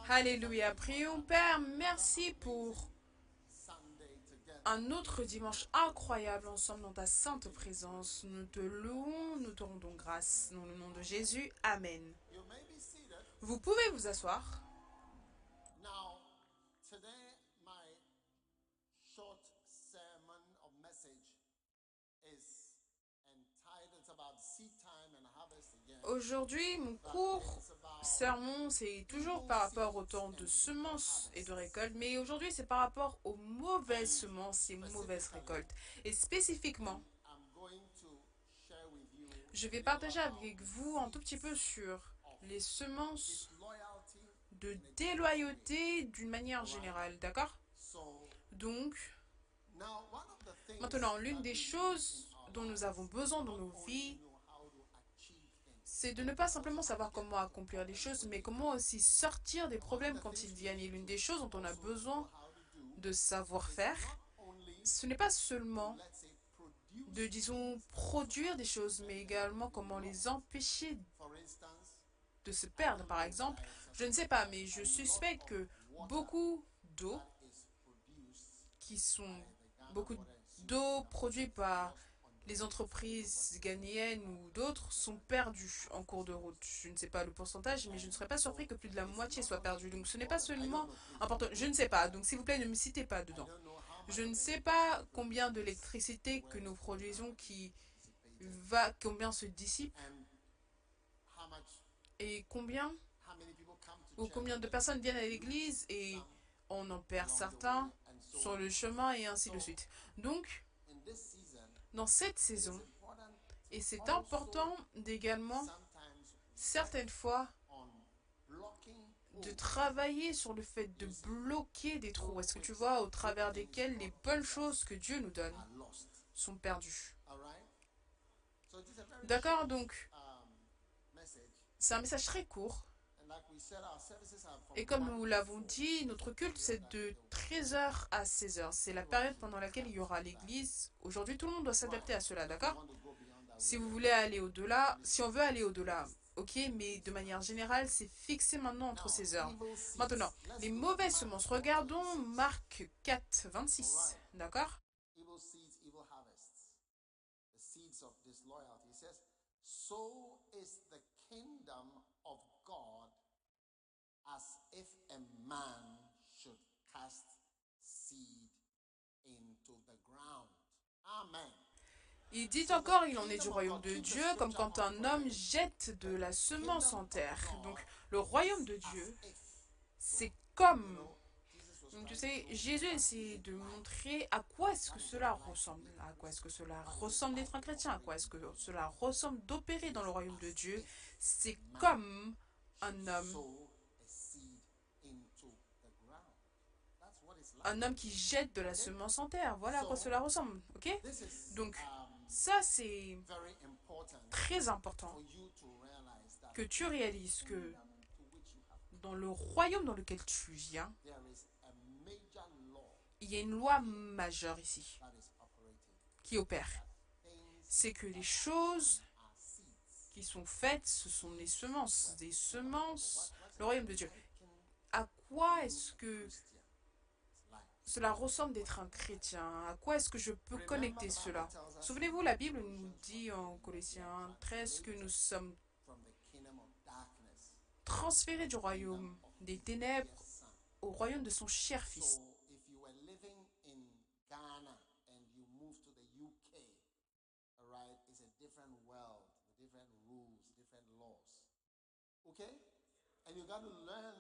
Alléluia. Prions, Père, merci pour un autre dimanche incroyable ensemble dans ta sainte présence. Nous te louons, nous te rendons grâce. Dans le nom de Jésus, Amen. Vous pouvez vous asseoir. Now, today my short sermon or message is entitled, it's about seed time and harvest again. Aujourd'hui, mon court sermon, c'est toujours par rapport au temps de semences et de récoltes, mais aujourd'hui, c'est par rapport aux mauvaises semences et mauvaises récoltes. Et spécifiquement, I'm going to share with you je vais partager avec vous un tout petit peu sur les semences loyalty. de déloyauté d'une manière générale, d'accord? So Donc, now one of the things maintenant, l'une that des we choses need in dont our nous avons besoin dans nos lives, vies, know how to achieve things. c'est de ne pas simplement savoir comment accomplir les choses, mais comment aussi sortir des problèmes quand ils viennent. Et l'une des choses dont on a besoin How to do de savoir-faire, not only, ce n'est pas seulement let's say, produce. de, disons, produire des choses, mais également comment les empêcher For instance, de se perdre. Par exemple, je ne sais pas, mais je suspecte que beaucoup d'eau is produced qui sont by the beaucoup Ghana Water and d'eau produite par les entreprises ghanéennes ou d'autres sont perdues en cours de route. Je ne sais pas le pourcentage, mais je ne serais pas surpris que plus de la moitié soit perdue. Donc ce n'est pas seulement important. Je ne sais pas. Donc s'il vous plaît, ne me citez pas dedans. don't know how Je ne sais pas combien d'électricité que nous produisons combien se dissipe and how much, et combien how many people come to ou church combien de personnes viennent à l'église et on en perd certains and so sur le chemin et ainsi de suite. Donc, in this season, dans cette it's saison, important et c'est important d'également, sometimes certaines fois, on blocking de travailler sur le fait de bloquer des trous. Est-ce que tu vois, au travers desquels les bonnes choses que Dieu nous donne are lost. sont perdues. All right? So it is a very D'accord, donc, message. c'est un message très court. And like we said, our services are from Et comme 1 nous to l'avons 4. dit, notre culte, c'est de 13h à 16h. C'est la période pendant laquelle il y aura l'église. Aujourd'hui, tout le monde doit s'adapter à cela, We d'accord? want to go beyond that. Si vous voulez aller au-delà, si on veut aller au-delà, ok, mais de manière générale, c'est fixé maintenant entre 16h. Evil seeds. Maintenant, Let's les look at mauvaises Mark semences. 4, Regardons 26. Marc 4, 26, d'accord? Evil seeds, evil harvests. The seeds of disloyalty. It says, so is the kingdom of God as if a man should cast seed into the ground. Amen. Il dit encore, il en est du royaume de Dieu, comme quand un homme jette de la semence en terre. Donc, le royaume de Dieu, c'est comme... Donc, tu sais, Jésus essayait de montrer à quoi est-ce que cela ressemble. À quoi est-ce que cela ressemble d'être un chrétien. À quoi est-ce que cela ressemble d'opérer dans le royaume de Dieu. C'est comme un homme. Sow a seed into the ground. That's what it's like. Un homme qui jette de la semence en terre. Voilà à quoi cela ressemble. Ok? This is Donc, ça, c'est very important très important for you to realize that que tu réalises que kingdom to which you have, dans le royaume dans lequel tu viens, there is a major law il y a une loi majeure ici that is operating. qui opère. Things C'est que les choses are seeds. qui sont faites, ce sont des semences, le royaume de Dieu. À quoi est-ce que Christian. It's like. cela ressemble d'être un chrétien? À quoi est-ce que je peux connecter cela? Souvenez-vous, la Bible nous dit en Colossiens 13 que nous sommes From the kingdom of darkness, transférés du royaume des ténèbres his son. au royaume de son cher Fils. So if you were living in Ghana and you moved to the UK, all right, it's a different world, different rules, different laws. Okay? And you got to learn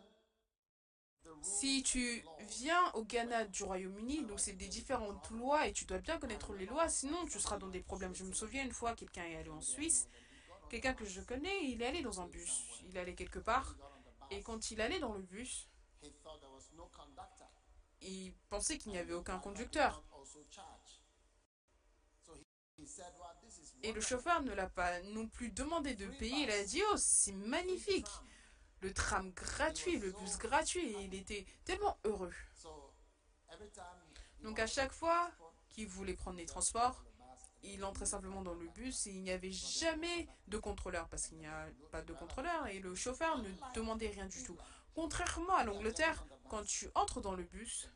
the rules. Si tu viens au Ghana du Royaume-Uni, donc c'est des différentes lois et tu dois bien connaître les lois, sinon tu seras dans des problèmes. Je me souviens une fois, quelqu'un est allé en Suisse, quelqu'un que je connais, il est allé dans un bus, il allait quelque part, et quand il allait dans le bus, He thought there was no conductor. il pensait qu'il n'y avait aucun conducteur. Also charge. So he said, well, this is Et le wonderful. chauffeur ne l'a pas non plus demandé de payer, il a dit, oh, c'est magnifique, le tram gratuit, le bus gratuit, et il était tellement heureux. So every time he Donc à chaque fois qu'il voulait prendre les transports, il entrait simplement dans le bus et il n'y avait jamais de contrôleur parce qu'il n'y a pas de contrôleur et le chauffeur ne demandait rien du tout. Contrairement à l'Angleterre, quand tu entres dans le bus,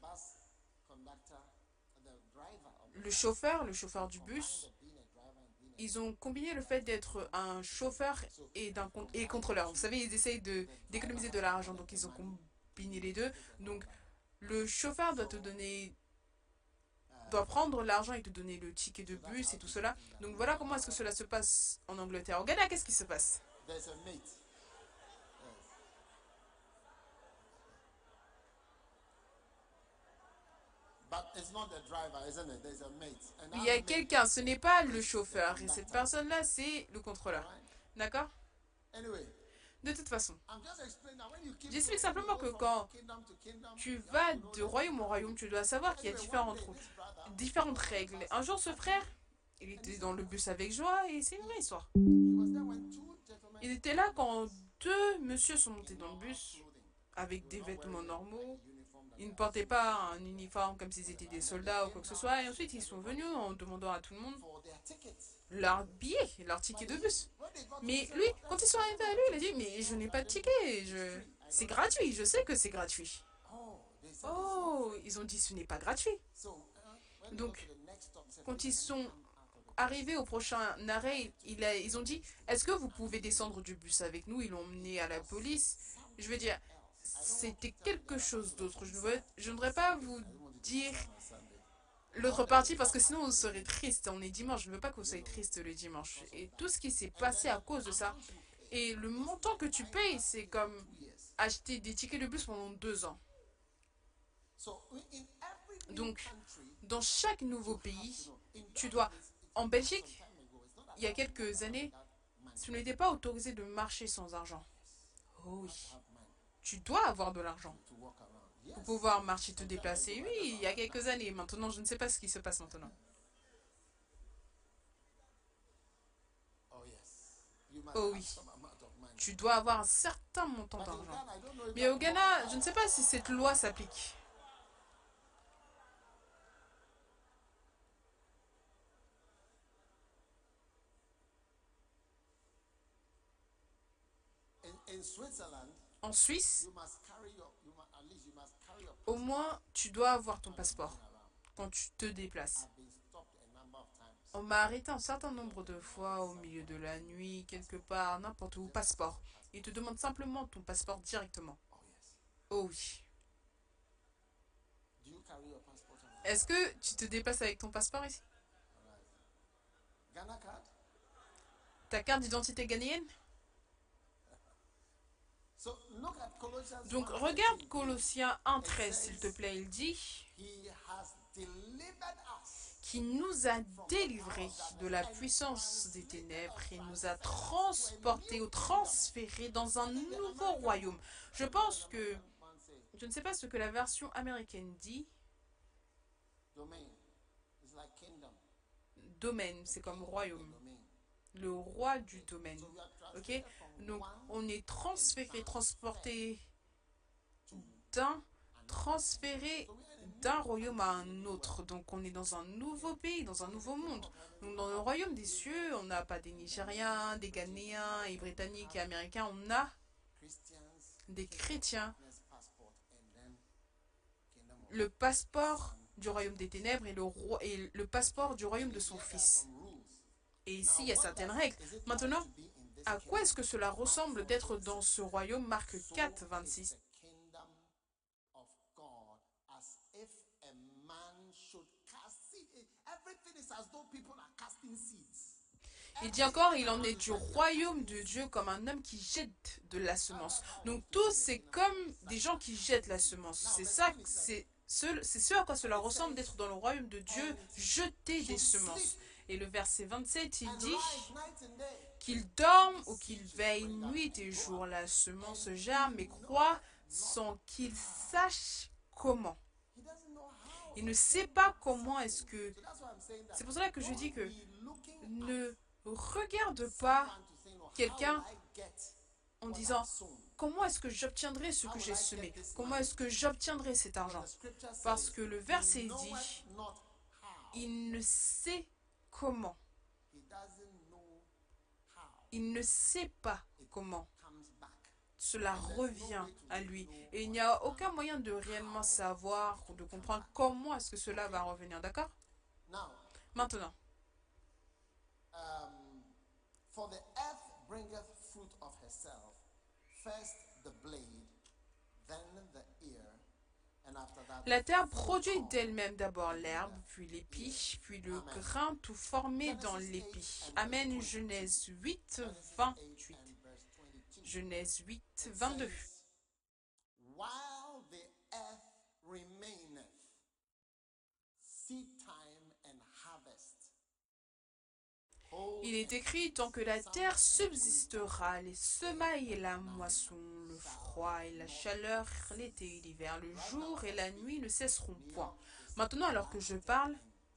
le chauffeur du bus, ils ont combiné le fait d'être un chauffeur et contrôleur. Vous savez, ils essayent d'économiser de l'argent, donc ils ont combiné les deux. Donc le chauffeur doit prendre l'argent et te donner le ticket de bus et tout cela. Donc voilà comment est-ce que cela se passe en Angleterre. Au Ghana, qu'est-ce qui se passe? Il y a quelqu'un, ce n'est pas le chauffeur. Et cette personne-là, c'est le contrôleur. D'accord? De toute façon, j'explique simplement que quand tu vas de royaume en royaume, tu dois savoir qu'il y a différentes règles. Un jour, ce frère, il était dans le bus avec joie et c'est une vraie histoire. Il était là quand deux messieurs sont montés dans le bus avec des vêtements normaux. Ils ne portaient pas un uniforme comme s'ils étaient des soldats ou quoi que ce soit. Et ensuite, ils sont venus en demandant à tout le monde leur billet, leur ticket de bus. Mais lui, quand ils sont arrivés à lui, il a dit, mais je n'ai pas de ticket, c'est gratuit, je sais que c'est gratuit. Oh, ils ont dit, ce n'est pas gratuit. Donc, quand ils sont arrivés au prochain arrêt, ils ont dit, est-ce que vous pouvez descendre du bus avec nous? Ils l'ont emmené à la police. Je veux dire, c'était quelque chose d'autre. Je ne voudrais pas vous dire l'autre partie parce que sinon vous serez triste. On est dimanche, je ne veux pas que vous soyez triste le dimanche. Et tout ce qui s'est passé à cause de ça. Et le montant que tu payes, c'est comme acheter des tickets de bus pendant 2 ans. Donc, dans chaque nouveau pays, tu dois... En Belgique, il y a quelques années, tu n'étais pas autorisé de marcher sans argent. Oh oui. Tu dois avoir de l'argent pour pouvoir marcher, te déplacer. Oui, il y a quelques années. Maintenant, je ne sais pas ce qui se passe maintenant. Oh oui. Tu dois avoir un certain montant d'argent. Mais au Ghana, je ne sais pas si cette loi s'applique. En Suisse, au moins, tu dois avoir ton passeport quand tu te déplaces. On m'a arrêté un certain nombre de fois au milieu de la nuit, quelque part, n'importe où, passeport. Ils te demandent simplement ton passeport directement. Oh oui. Est-ce que tu te déplaces avec ton passeport ici? Ta carte d'identité ghanéenne? Donc regarde Colossiens 1,13 s'il te plaît, il dit qui nous a délivrés de la puissance des ténèbres et nous a transportés ou transférés dans un nouveau royaume. Je pense que, je ne sais pas ce que la version américaine dit. Domaine, c'est comme royaume. Le roi du domaine. Ok? Donc, on est transféré, transféré d'un royaume à un autre. Donc, on est dans un nouveau pays, dans un nouveau monde. Donc, dans le royaume des cieux, on n'a pas des Nigériens, des Ghanéens, et Britanniques et Américains. On a des chrétiens. Le passeport du royaume des ténèbres et le passeport du royaume de son fils. Et ici, il y a certaines règles. Maintenant, à quoi est-ce que cela ressemble d'être dans ce royaume? Marc 4, 26. Il dit encore, il en est du royaume de Dieu comme un homme qui jette de la semence. Donc tout, c'est comme des gens qui jettent la semence. C'est ça, c'est ce à quoi cela ressemble d'être dans le royaume de Dieu, jeter des semences. Et le verset 27, il dit qu'il dorme ou qu'il veille nuit et jour. La semence germe et croît sans qu'il sache comment. Il ne sait pas comment est-ce que... C'est pour cela que je dis que ne regarde pas quelqu'un en disant comment est-ce que j'obtiendrai ce que j'ai semé? Comment est-ce que j'obtiendrai cet argent? Parce que le verset dit, il ne sait comment. He doesn't know how Il ne sait pas it comment comes back. cela And there's no revient way to à really lui. know Et il or n'y a understand aucun moyen de réellement how savoir it ou de will come comprendre back. comment est-ce que cela va revenir, d'accord? Now, Maintenant, for the earth bringeth fruit of herself, first the blade, then the ear, and after that la the terre full produit corn. d'elle-même d'abord l'herbe, puis l'épi, puis le grain tout formé dans l'épi. Amen. Genèse 8, Genesis 28. 8 and verse 22. Genèse 8, It 22. says, while the earth remaineth, seed time and harvest. Il est écrit, tant que la terre subsistera, les semailles et la moisson, le froid et la chaleur, l'été et l'hiver, le jour et la nuit ne cesseront point. Maintenant, alors que je parle,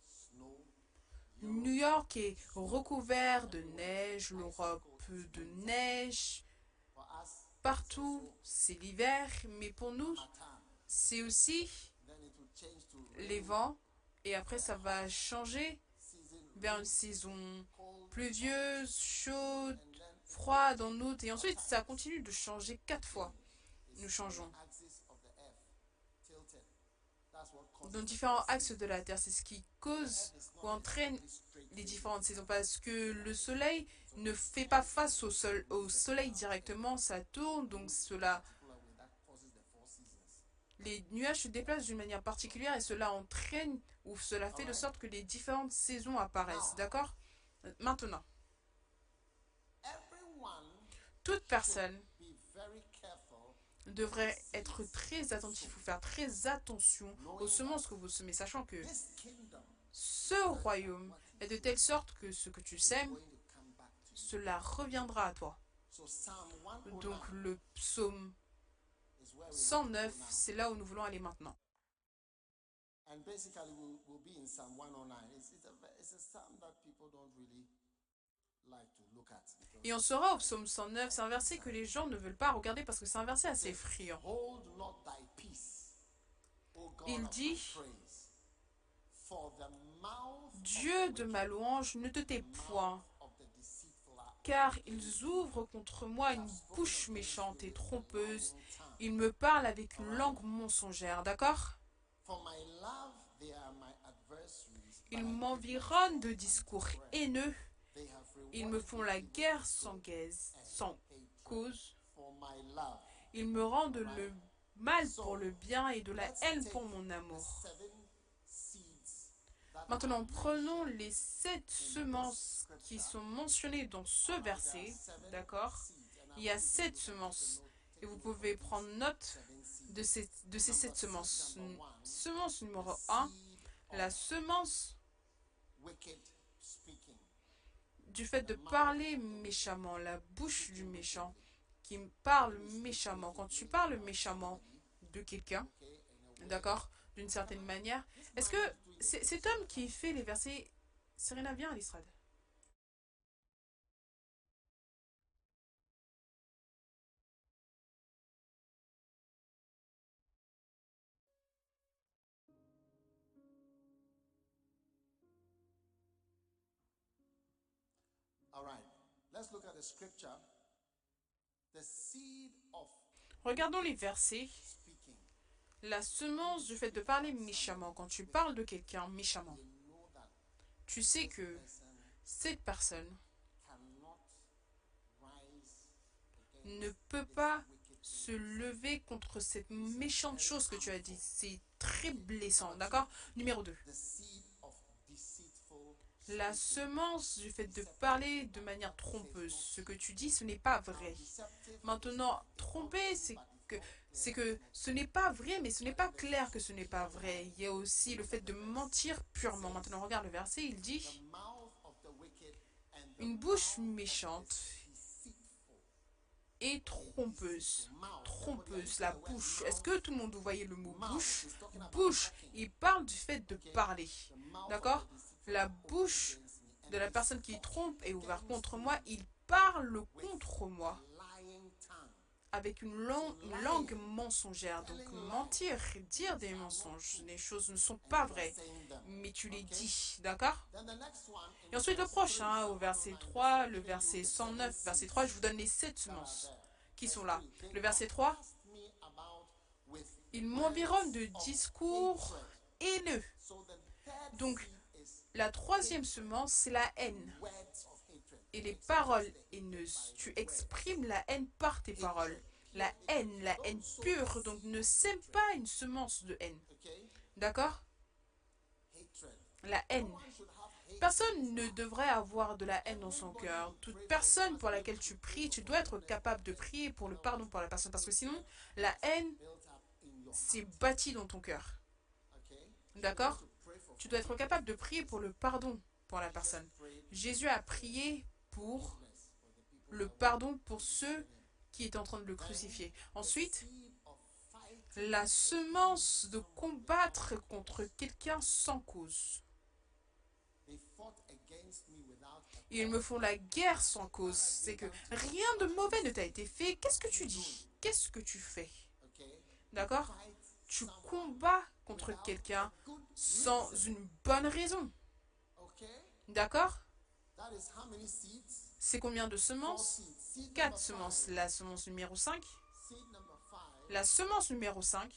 New York est recouvert de neige, l'Europe de neige, partout c'est l'hiver, mais pour nous, c'est aussi les vents, et après ça va changer vers une saison pluvieuse, chaude, froide en août, et ensuite ça continue de changer 4 fois. Nous changeons dans différents axes de la Terre. C'est ce qui cause ou entraîne les différentes saisons, parce que le soleil ne fait pas face au soleil directement, ça tourne, donc les nuages se déplacent d'une manière particulière et cela entraîne ou cela fait de sorte que les différentes saisons apparaissent, d'accord? Maintenant, toute personne devrait être très attentif ou faire très attention aux semences que vous semez, sachant que ce royaume est de telle sorte que ce que tu sèmes, cela reviendra à toi. Donc le psaume 109, c'est là où nous voulons aller maintenant. And basically, we'll be in Psalm 109. It's a psalm that people don't really like to look at. Et on sera au psaume 109, c'est un verset que les gens ne veulent pas regarder parce que c'est un verset assez effrayant. Hold not thy peace, O God Il of dit, my praise, for the mouth Dieu de ma louange, ne te tais point, of the deceitful are car ils ouvrent contre moi une bouche méchante et trompeuse. Ils me parlent avec une langue mensongère, d'accord? for my love, they are my adversaries. Ils m'environnent de discours haineux. They have Ils me font la guerre sans cause. for my love. Ils me rendent le mal pour le bien et de la haine pour mon amour. 7 seeds that Maintenant, prenons les 7 semences qui sont mentionnées dans ce verset, d'accord? Il y a 7 semences et vous pouvez prendre note de ces 7 semences. Semence numéro 1, la semence wicked speaking. du fait de parler méchamment, la bouche du méchant qui parle méchamment. Quand tu parles méchamment de quelqu'un, d'accord, d'une certaine manière, est-ce que cet homme qui fait les versets, Serena, viens à l'estrade. All right. Let's look at the scripture. The seed of Regardons les versets. speaking. La semence du fait de parler méchamment. Quand tu parles de quelqu'un méchamment, You know that tu sais que person cette personne cannot rise ne peut pas se lever contre cette méchante chose que tu as dit. C'est très blessant, d'accord? Numéro 2. the seed of deceitful. La semence du fait de parler de manière trompeuse. Ce que tu dis, ce n'est pas vrai. Deceptive Maintenant, tromper, c'est que ce n'est pas vrai, mais ce n'est pas clair que ce n'est pas vrai. Il y a aussi le fait de mentir purement. Maintenant, regarde le verset, il dit the mouth of the wicked and the une bouche méchante deceitful. et trompeuse. Trompeuse, la bouche. Est-ce que tout le monde vous voyez le mot bouche? Bouche, il parle du fait de parler. D'accord? La bouche de la personne qui trompe est ouverte contre moi. Il parle contre moi Lying tongue. avec une langue mensongère. Donc mentir, dire des mensonges, les choses ne sont pas vraies, mais tu les dis, d'accord? Et ensuite le prochain, au verset 3, le verset 109, verset 3, je vous donne les 7 semences qui sont là. Le verset 3, il m'environne de discours haineux. Donc la troisième semence, c'est la haine. Et les paroles haineuses. Tu exprimes la haine par tes paroles. La haine pure. Donc ne sème pas une semence de haine. D'accord? La haine. Personne ne devrait avoir de la haine dans son cœur. Toute personne pour laquelle tu pries, tu dois être capable de prier pour le pardon pour la personne. Parce que sinon, la haine s'est bâtie dans ton cœur. D'accord? Tu dois être capable de prier pour le pardon pour la personne. Jésus a prié pour le pardon pour ceux qui étaient en train de le crucifier. Ensuite, la semence de combattre contre quelqu'un sans cause. Ils me font la guerre sans cause. C'est que rien de mauvais ne t'a été fait. Qu'est-ce que tu dis? Qu'est-ce que tu fais? D'accord? Tu combats contre quelqu'un sans une bonne raison. D'accord? C'est combien de semences? 4 semences. La semence numéro 5. La semence numéro 5.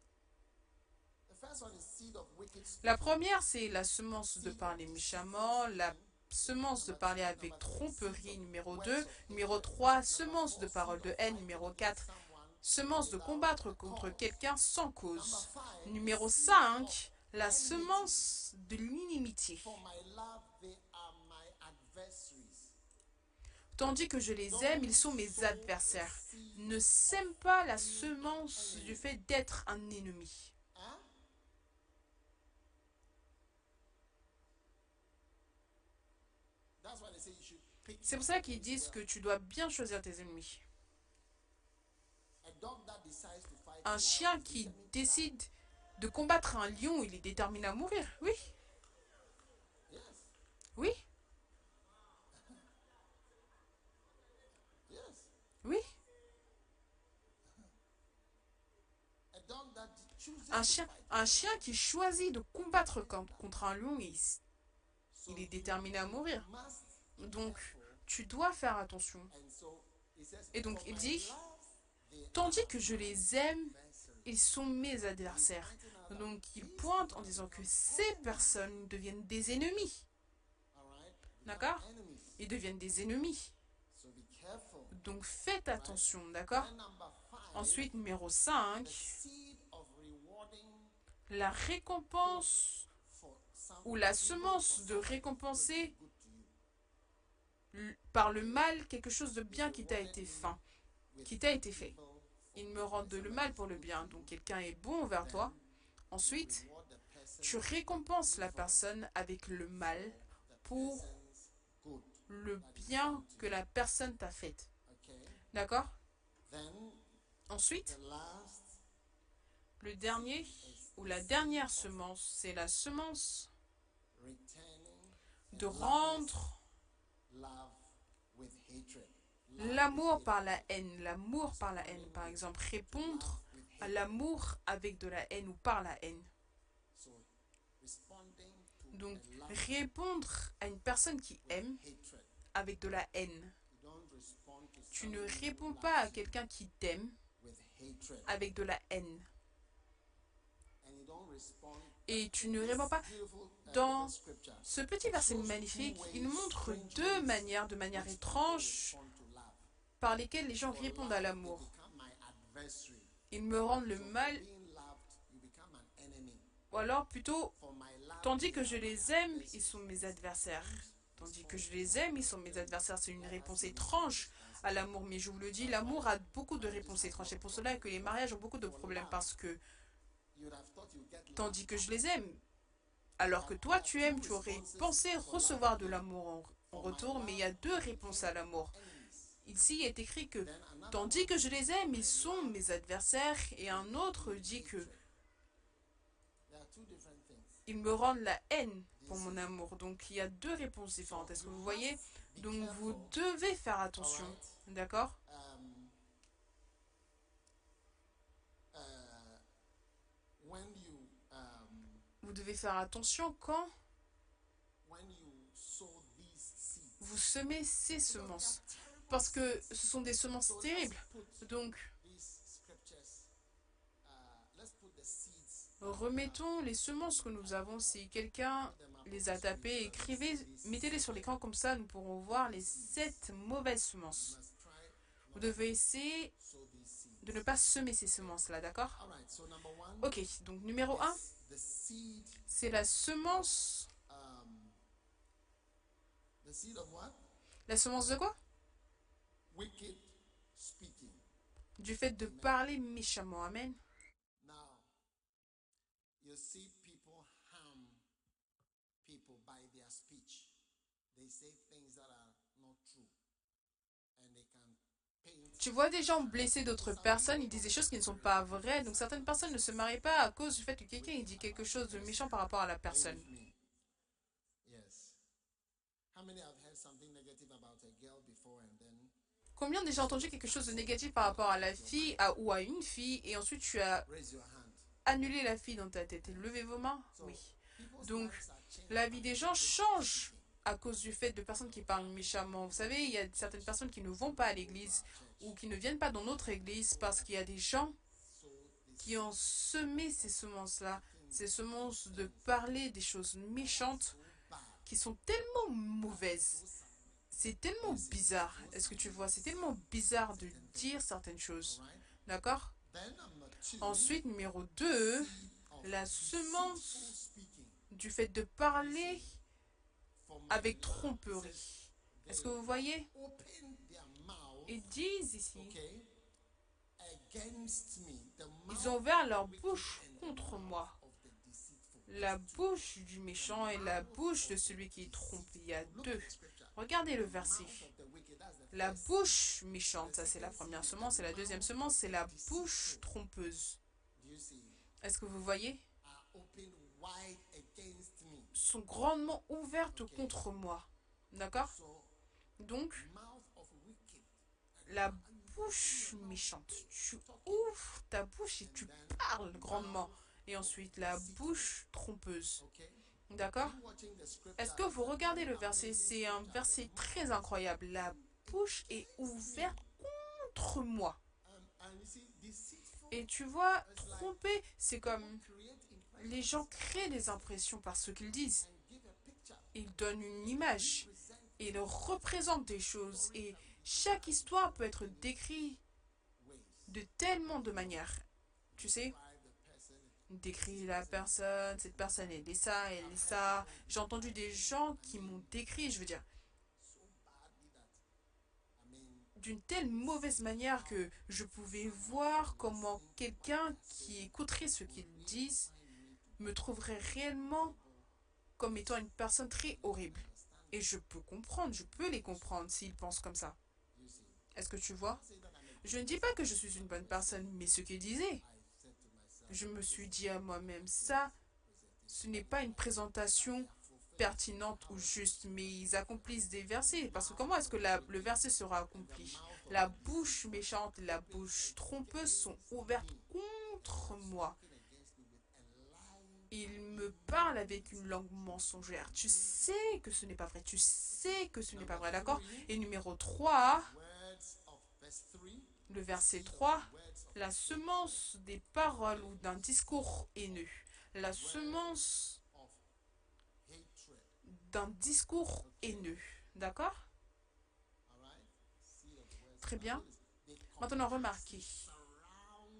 La première, c'est la semence de parler méchamment. La semence de parler avec tromperie, numéro 2. Numéro 3, semence de parole de haine. Numéro 4, semence de combattre contre quelqu'un sans cause. Numéro 5, la semence de l'inimitié. Tandis que je les aime, ils sont mes adversaires. Ne sème pas la semence du fait d'être un ennemi. C'est pour ça qu'ils disent que tu dois bien choisir tes ennemis. Un chien qui décide de combattre un lion, il est déterminé à mourir. Oui. Oui. Oui. Un chien qui choisit de combattre contre un lion, il est déterminé à mourir. Donc, tu dois faire attention. Et donc, il dit, tandis que je les aime, ils sont mes adversaires. Donc, il pointe en disant que ces personnes deviennent des ennemis. D'accord? Ils deviennent des ennemis. Donc, faites attention, d'accord? Ensuite, numéro 5, la récompense ou la semence de récompenser par le mal quelque chose de bien qui t'a été fait. Ils me rendent le mal pour le bien. Donc quelqu'un est bon envers toi. Ensuite, tu récompenses la personne avec le mal pour le bien que la personne t'a fait. D'accord? Ensuite, le dernier ou la dernière semence, c'est la semence de rendre l'amour par la haine. L'amour par la haine, par exemple. Répondre à l'amour avec de la haine ou par la haine. Donc, répondre à une personne qui aime avec de la haine. Tu ne réponds pas à quelqu'un qui t'aime avec de la haine. Et tu ne réponds pas. Dans ce petit verset magnifique, il montre deux manières, de manière étrange, par lesquelles les gens répondent à l'amour. Ils me rendent le mal, ou alors plutôt, tandis que je les aime, ils sont mes adversaires. Tandis que je les aime, ils sont mes adversaires. C'est une réponse étrange à l'amour, mais je vous le dis, l'amour a beaucoup de réponses étranges. C'est pour cela que les mariages ont beaucoup de problèmes, parce que, tandis que je les aime, alors que toi tu aimes, tu aurais pensé recevoir de l'amour en retour, mais il y a deux réponses à l'amour. Ici, il est écrit que, tandis que je les aime, ils sont mes adversaires, et un autre dit que ils me rendent la haine pour mon amour. Donc, il y a deux réponses différentes. Est-ce que vous voyez? Donc, vous devez faire attention. D'accord? vous devez faire attention quand when you sow these seeds. vous semez ces Because they semences. are terrible Parce que seeds. ce sont des semences So let's terribles. put Donc, these scriptures, let's put the seeds, remettons les semences que nous avons. Si quelqu'un les a tapées, écrivez, mettez-les sur l'écran comme ça, nous pourrons voir les 7 mauvaises semences. must try Vous devez essayer sow these seeds. de ne pas semer ces semences-là, d'accord? All right, so number one, Ok, donc numéro 1, the seed, c'est la semence. the seed of what? La semence de quoi? Wicked speaking. Du fait de parler méchamment. Amen. Now, you see people harm people by their speech. They say things that are not true. And they can paint. Tu vois des gens blesser d'autres personnes, ils disent des choses qui ne sont pas vraies. Donc certaines personnes ne se marient pas à cause du fait que quelqu'un il dit quelque chose de méchant par rapport à la Are you personne. with me? Yes. How many have heard something negative about a girl before and then Combien ont déjà entendu quelque chose de négatif par rapport à la fille ou à une fille et ensuite tu as raise your hand? annulé la fille dans ta tête et levez vos mains? Oui. People's Donc, lives are changed la by vie des what gens they change say. à cause du fait de personnes qui parlent méchamment. Vous savez, il y a certaines personnes qui ne vont pas à l'église ou qui ne viennent pas dans notre église parce qu'il y a des gens So this qui ont semé ces semences-là, ces semences de parler des choses méchantes bad. qui sont tellement mauvaises. C'est tellement bizarre. Est-ce que tu vois? C'est tellement bizarre de dire certaines choses. Right? D'accord? Then number two, Ensuite, numéro 2, of la deceitful semence speaking du fait de parler from avec tromperie. Est-ce que vous voyez? open their mouth, Ils disent ici, okay, against me. The ils mouth ont ouvert leur of the bouche wicked and the contre mouth moi. of the deceitful. La bouche du méchant et la bouche de celui qui trompe. Il y a Look at deux. the scripture. Regardez le The verset. mouth of the wicked, that's the La first. bouche méchante, ça c'est la première semence. Et la deuxième semence, c'est la bouche trompeuse. Do you see? Est-ce que vous voyez? Are open wide against me. Sont grandement ouvertes contre moi. D'accord? So Donc, mouth of wicked. la bouche méchante. Tu ouvres ta bouche et tu parles grandement. Et ensuite, la bouche trompeuse. Okay. D'accord? You watching the scripture. Est-ce que vous regardez le verset? C'est un verset très incroyable. La bouche est ouverte contre moi. And you see, deceitful Et tu vois, tromper, c'est comme create impression les gens créent des impressions par ce qu'ils disent. and give a picture. Ils donnent une image. Present Ils représentent des choses. Et chaque histoire peut être décrite ways. de tellement de manières. Tu sais, Why the person décrit la personne, cette personne, elle est ça, elle est ça. J'ai entendu des gens qui m'ont décrit, je veux dire, so badly that I mean d'une telle mauvaise manière que je pouvais voir comment quelqu'un qui écouterait ce qu'ils disent me trouverait réellement comme étant une personne très horrible. Et je peux comprendre, je peux les comprendre s'ils pensent comme ça. you see. Est-ce que tu vois? Say that I'm a Je ne dis pas que je suis une bonne personne, mais ce qu'ils disaient, I said to myself, je me suis dit à moi-même, ça, ce n'est pas une présentation pertinente ou juste, mais ils accomplissent des versets. Parce que comment est-ce que le verset sera accompli? La bouche méchante et la bouche trompeuse sont ouvertes contre moi. against me with a lying Il me parle avec une langue mensongère. Tu sais que ce n'est pas vrai. Tu sais que ce n'est pas vrai, d'accord? Et numéro 3, words of verse 3. le verset 3, Words of la semence des paroles ou d'un discours haineux. La semence hatred. d'un discours haineux. D'accord? All right? Seed of words. Très bien. They Maintenant, remarquez. surround.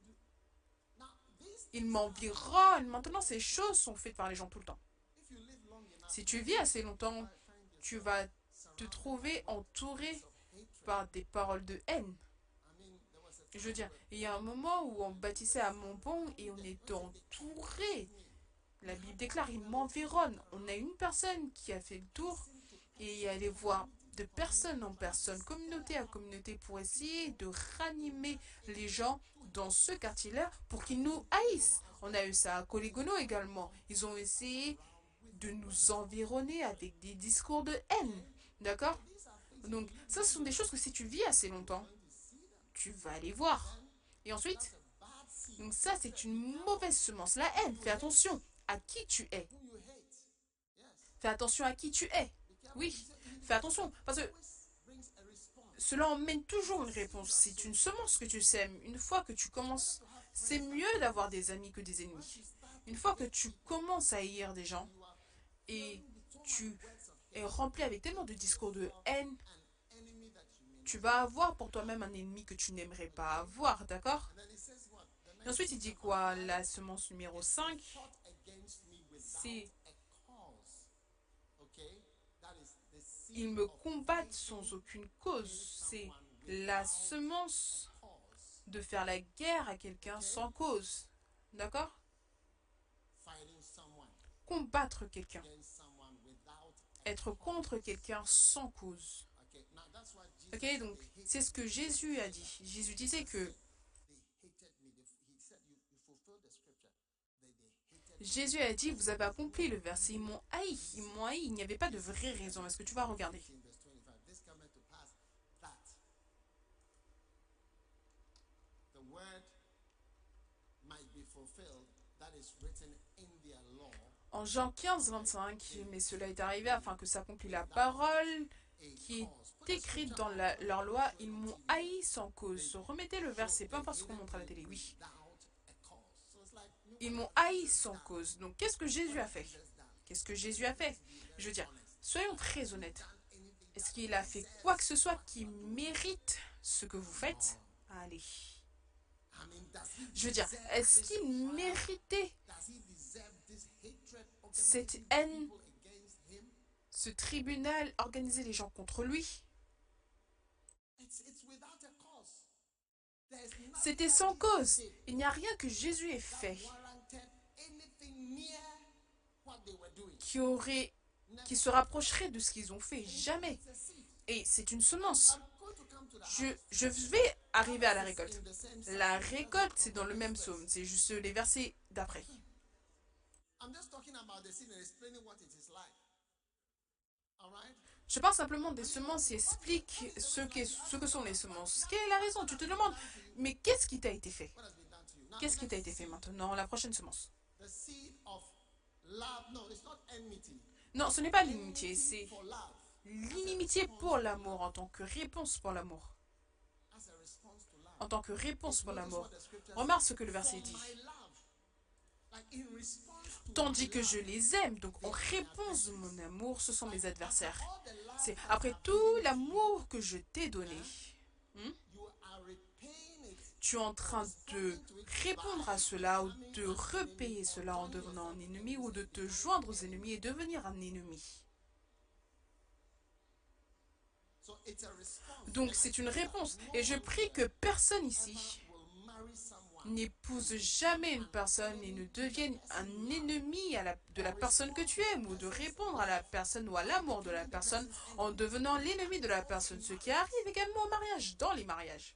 Now, this, Ils m'environnent. Maintenant, ces choses sont faites par les gens tout le temps. if you live long enough, Si tu vis assez longtemps, find tu yourself vas te surrounded trouver entouré of hatred. par des paroles de haine. I mean, there was a Je veux dire, il y a un moment où on bâtissait à Montbon et on était entouré. La Bible déclare, il m'environne. On a une personne qui a fait le tour et est allée voir de personne en personne, communauté à communauté, pour essayer de ranimer les gens dans ce quartier-là pour qu'ils nous haïssent. On a eu ça à Coligono également. Ils ont essayé de nous environner avec des discours de haine. D'accord? Donc, ça, ce sont des choses que si tu vis assez longtemps, tu vas aller voir. Et ensuite, donc ça, c'est une mauvaise semence. La haine, fais attention. à qui tu es. whom you hate. Yes. Fais attention à qui tu es. Be careful. Oui, fais attention, parce que Always brings a response. cela emmène toujours une réponse. C'est une semence que tu sèmes. Une fois que tu commences, c'est mieux d'avoir des amis que des ennemis. Une fois que tu commences à haïr des gens et tu es rempli avec tellement de discours de haine, An enemy that you may tu vas avoir pour toi-même un ennemi que tu n'aimerais pas avoir, d'accord? And then it says what? The Et ensuite, il dit quoi? La semence numéro 5, fought against me without c'est a cause. Okay? That is the seed ils me of combattent sans aucune cause. C'est la semence cause. de faire la guerre à quelqu'un sans cause, d'accord? Fighting someone Combattre quelqu'un, against someone without être contre quelqu'un sans cause. okay. Now that's what Jesus Ok, said. donc They hated c'est ce que Jésus a dit. Jésus disait que They hated me. He said, you fulfilled the scripture. They hated me. Jésus a dit, vous avez accompli le verset, ils m'ont haï, ils m'ont haï, il n'y avait pas de vraie raison. Est-ce que tu vas regarder? 15 verse 25. This cometh to pass that the word might be fulfilled that is written in their law. En Jean 15, 25, mais cela est arrivé afin que s'accomplisse la parole qui est écrite dans leur loi, ils m'ont haï sans cause. Remettez le verset, peu importe ce qu'on montre à la télé, oui. Without a cause. So it's like Ils m'ont haï sans cause. Donc qu'est-ce que Jésus a fait? Qu'est-ce que Jésus a fait? Je veux dire, soyons très honnêtes. Est-ce qu'il a fait quoi que ce soit qui mérite ce que vous faites? Allez. I mean, does he Je veux dire, est-ce qu'il méritait does he deserve this hatred cette organizing haine, people against him? ce tribunal, organiser les gens contre lui? It's without a cause. There's nothing C'était that sans Jesus cause. did Il n'y a rien que Jésus ait fait warranted anything near what they were doing. qui se rapprocherait de ce qu'ils ont fait. Jamais. It's a seed. Et c'est une semence. I'm going to come to the Je vais arriver à la harvest récolte. in the same psalm. La récolte, c'est dans le même psaume. C'est juste les versets d'après. I'm just talking about the seed and explaining what it is like. All right? Je parle simplement des semences et explique ce que sont les semences. Quelle est la raison? Tu te demandes, mais qu'est-ce qui t'a été fait? What has been done to you? Now, Qu'est-ce qui the t'a next été fait seed, maintenant? La prochaine semence. the seed of love. No, it's not enmity. Non, ce n'est pas l'inimitié, c'est For love. l'inimitié pour l'amour en tant que réponse pour l'amour. As a response to love. En tant que réponse pour Notice l'amour. what the scripture Remarque ce says. que le verset For dit. my love. Like in response to Tandis my que love, je les aime, donc en réponse de mon amour, ce sont mes adversaires. all the love C'est that après I've tout given l'amour que je t'ai donné, you are repaying it. tu es en train de répondre à cela ou de repayer cela en devenant un ennemi ou de te joindre aux ennemis et devenir un ennemi. So it's a response. Donc c'est une réponse. Et je prie que personne ici Will marry someone n'épouse jamais une personne et ne devienne un ennemi de la personne que tu aimes ou de répondre à la personne ou à l'amour de la personne en devenant l'ennemi de la personne. Ce qui arrive également au mariage, dans les mariages.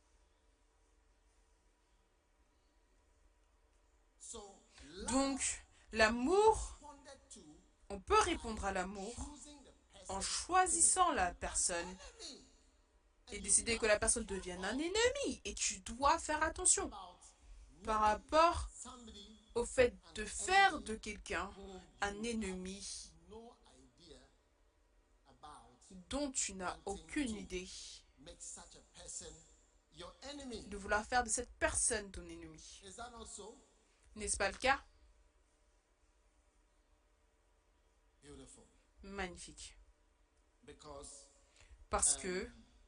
So Donc l'amour, responded to on peut répondre à l'amour choosing the person en choisissant la personne et décider que la personne devienne un ennemi. Et tu dois faire attention about par rapport somebody au fait de faire de quelqu'un un ennemi no idea about dont tu n'as aucune idée, make such a person your enemy. de vouloir faire de cette personne ton ennemi. Is that not so? N'est-ce pas le cas? Beautiful. Magnifique. Because Parce que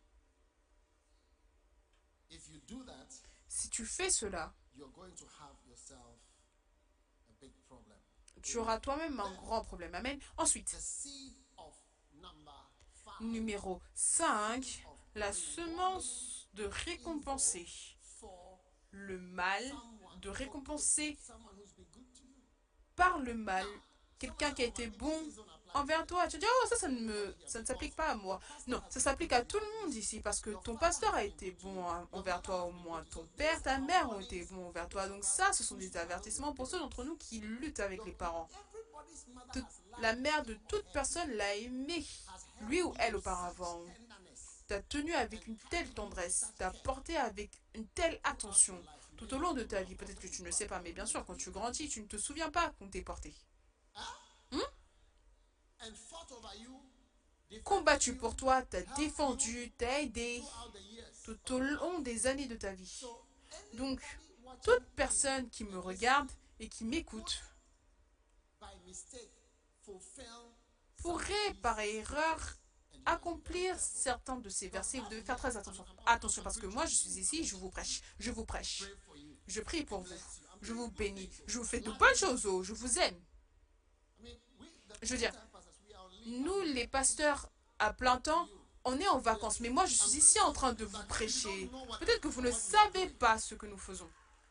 if you do that, si tu fais cela, you're going to have yourself a big problem. tu auras toi-même un grand problème. Amen. Ensuite, The seed of number 5 numéro 5, la semence de récompenser for le mal, de récompenser someone who's been good to you. par le mal quelqu'un qui a été bon envers toi. Tu te dis, oh, ça ne s'applique pas à moi. Non, ça s'applique à tout le monde ici parce que ton pasteur a été bon envers toi au moins. Ton père, ta mère ont été bons envers toi. Donc ça, ce sont des avertissements pour ceux d'entre nous qui luttent avec les parents. Everybody's mother La mère de toute personne l'a aimé, lui ou elle auparavant. T'a tenu avec une telle tendresse, t'a porté avec une telle attention tout au long de ta vie. Peut-être que tu ne sais pas, mais bien sûr, quand tu grandis, tu ne te souviens pas qu'on t'ait porté. combattu pour toi, t'a défendu, t'a aidé tout au long des années de ta vie. Donc, toute personne qui me regarde et qui m'écoute pourrait, par erreur, accomplir certains de ces versets. Vous devez faire très attention. Attention, parce que moi, je suis ici, je vous prêche. Je vous prêche. Je prie pour vous. Je vous bénis. Je vous fais de bonnes choses. Oh, je vous aime. Je veux dire, nous, les pasteurs à plein temps, on est en vacances. Mais moi, je suis ici en train de vous prêcher. Peut-être que vous ne savez pas ce que nous faisons.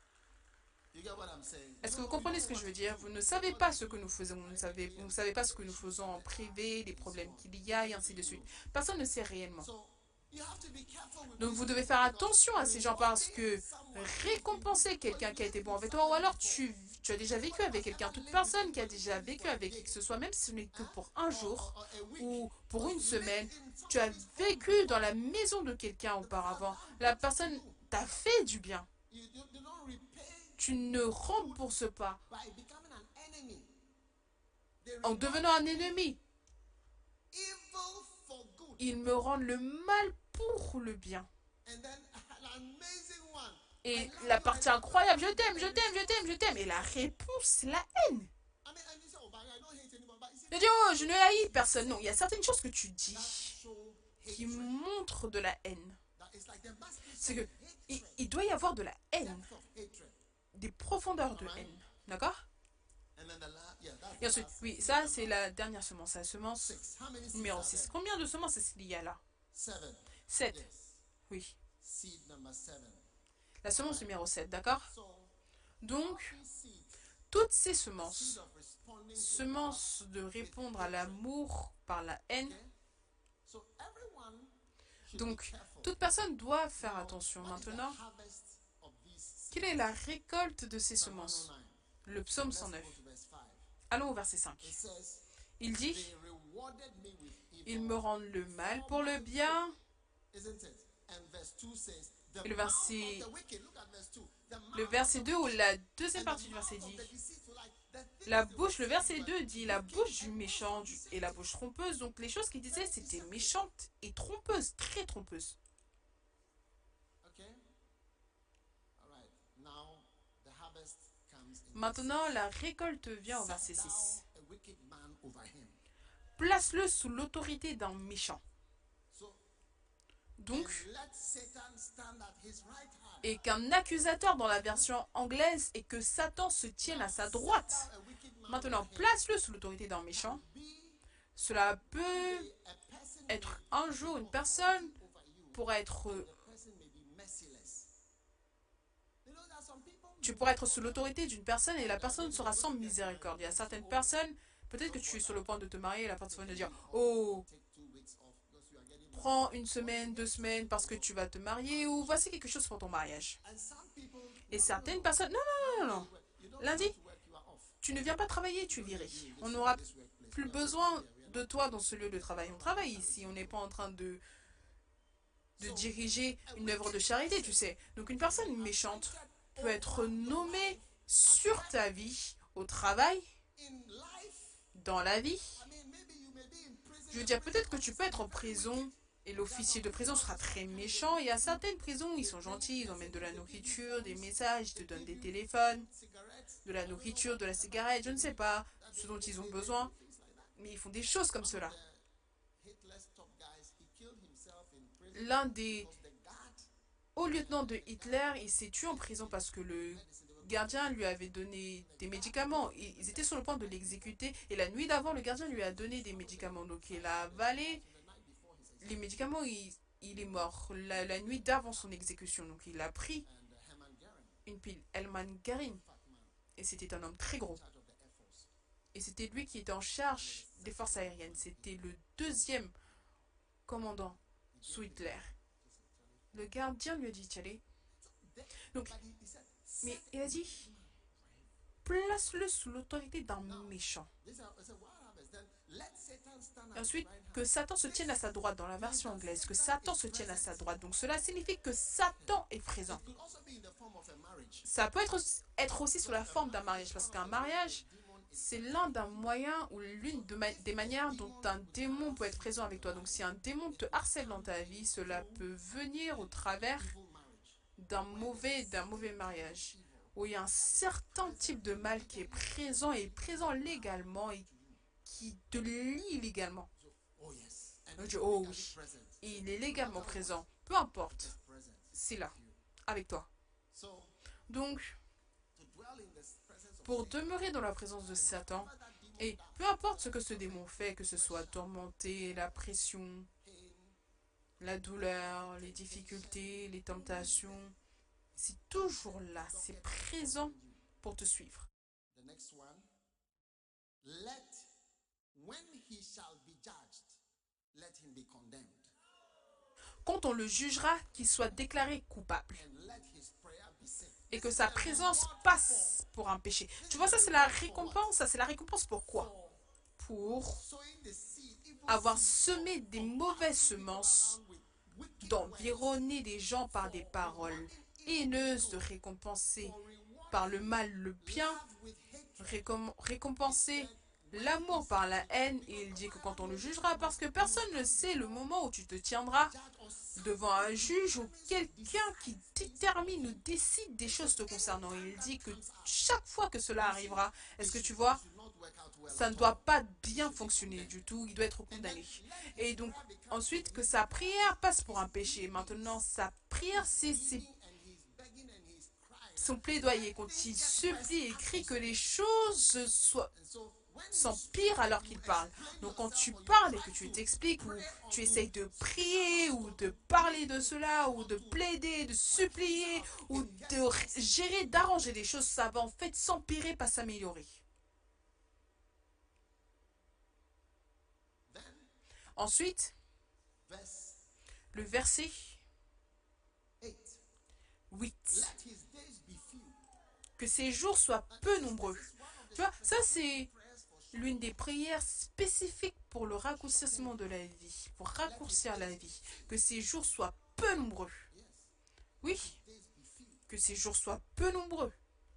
Est-ce que vous comprenez ce que je veux dire? Vous ne savez pas ce que nous faisons. Vous ne savez pas ce que nous faisons en privé, les problèmes qu'il y a et ainsi de suite. Personne ne sait réellement. Donc vous devez faire attention à ces gens parce que récompenser quelqu'un qui a été bon avec toi ou alors tu as déjà vécu avec quelqu'un. Toute personne qui a déjà vécu avec qui que ce soit, même si ce n'est que pour un jour ou pour une semaine, tu as vécu dans la maison de quelqu'un auparavant. La personne t'a fait du bien. Tu ne rembourses pas en devenant un ennemi. Ils me rendent le mal pour le bien. Et la partie incroyable, je t'aime, je t'aime, je t'aime, je t'aime. Et la réponse, c'est la haine. Je dis, oh, je ne haïs personne. Non, il y a certaines choses que tu dis qui montrent de la haine. C'est que il doit y avoir de la haine, des profondeurs de haine. D'accord? Et ensuite, oui, ça c'est la dernière semence, la semence numéro 6. Combien de semences est-ce qu'il y a là? 7. Oui. La semence numéro 7, d'accord? Donc, toutes ces semences, semences de répondre à l'amour par la haine, donc toute personne doit faire attention. Maintenant, quelle est la récolte de ces semences? Le psaume 109. Allons au verset 5. Il dit, ils me rendent le mal pour le bien. Et le verset 2 ou la deuxième partie du verset dit, le verset 2 dit, la bouche du méchant et la bouche trompeuse. Donc les choses qu'il disait, c'était méchantes et trompeuses, très trompeuses. Maintenant, la récolte vient au verset 6. Place-le sous l'autorité d'un méchant. Donc, et qu'un accusateur dans la version anglaise et que Satan se tienne à sa droite. Maintenant, place-le sous l'autorité d'un méchant. Cela peut être un jour une personne pourra être... Tu pourras être sous l'autorité d'une personne et la personne sera sans miséricorde. Il y a certaines personnes, peut-être que tu es sur le point de te marier et la personne va te dire, oh, prends une semaine, 2 semaines parce que tu vas te marier ou voici quelque chose pour ton mariage. Et certaines personnes, non, non, non, non. Lundi, tu ne viens pas travailler, tu es viré. On n'aura plus besoin de toi dans ce lieu de travail. On travaille ici, on n'est pas en train de diriger une œuvre de charité, tu sais. Donc une personne méchante peut être nommée sur ta vie, au travail, dans la vie. Je veux dire, peut-être que tu peux être en prison et l'officier de prison sera très méchant. Il y a certaines prisons, ils sont gentils, ils emmènent de la nourriture, des messages, ils te donnent des téléphones, de la nourriture, de la cigarette, je ne sais pas ce dont ils ont besoin. Mais ils font des choses comme cela. L'un des hauts lieutenants de Hitler, il s'est tué en prison parce que le gardien lui avait donné des médicaments. Ils étaient sur le point de l'exécuter. Et la nuit d'avant, le gardien lui a donné des médicaments. Donc il a avalé les médicaments, il est mort la nuit d'avant son exécution. Donc il a pris une pile Hellman Garin. Et c'était un homme très gros. Et c'était lui qui était en charge des forces aériennes. C'était le 2e commandant sous Hitler. Le gardien lui a dit, allez. Donc, mais il a dit, place-le sous l'autorité d'un méchant. Et ensuite, que Satan se tienne à sa droite dans la version anglaise, que Satan se tienne à sa droite. Donc cela signifie que Satan est présent. Ça peut être aussi sous la forme d'un mariage, parce qu'un mariage, c'est l'un d'un moyen ou l'une des manières dont un démon peut être présent avec toi. Donc si un démon te harcèle dans ta vie, cela peut venir au travers d'un mauvais mariage, où il y a un certain type de mal qui est présent et présent légalement et qui te lie illégalement. Donc, oh oui, il est légalement présent, peu importe, c'est là, avec toi. Donc, pour demeurer dans la présence de Satan, et peu importe ce que ce démon fait, que ce soit tourmenter, la pression, la douleur, les difficultés, les tentations, c'est toujours là, c'est présent pour te suivre. The next one, let, when he shall be judged, let him be condemned. Quand on le jugera, qu'il soit déclaré coupable. And let his prayer be seen. Et que sa présence passe pour un péché. Tu vois, ça c'est la récompense. Ça c'est la récompense pour quoi? Pour Sowing the seed, evil avoir seed, semé des mauvaises semences, with wicked d'environner des gens par des paroles haineuses, de récompenser par le mal le bien, with hate. récompenser l'amour par la haine. Et il dit que quand on le jugera, parce que personne ne sait le moment où tu te tiendras devant un juge ou quelqu'un qui détermine ou décide des choses te concernant. Il dit que chaque fois que cela arrivera, est-ce que tu vois, ça ne doit pas bien fonctionner du tout, il doit être condamné. Et donc, ensuite, que sa prière passe pour un péché. Maintenant, sa prière, c'est son plaidoyer. Quand il supplie et crie que les choses s'empirent alors qu'il parle. Donc quand tu parles et que tu t'expliques ou tu essayes de prier ou de parler de cela ou de plaider, de supplier ou de gérer, d'arranger des choses, ça va en fait s'empirer, pas s'améliorer. Ensuite, Verse le verset 8. 8. Let his days be few. Que ses jours soient peu nombreux. Tu vois, ça c'est l'une des prières spécifiques pour le raccourcissement de la vie, pour raccourcir la vie. Que ses jours soient peu nombreux. Oui, Days be few. que ces jours soient peu nombreux.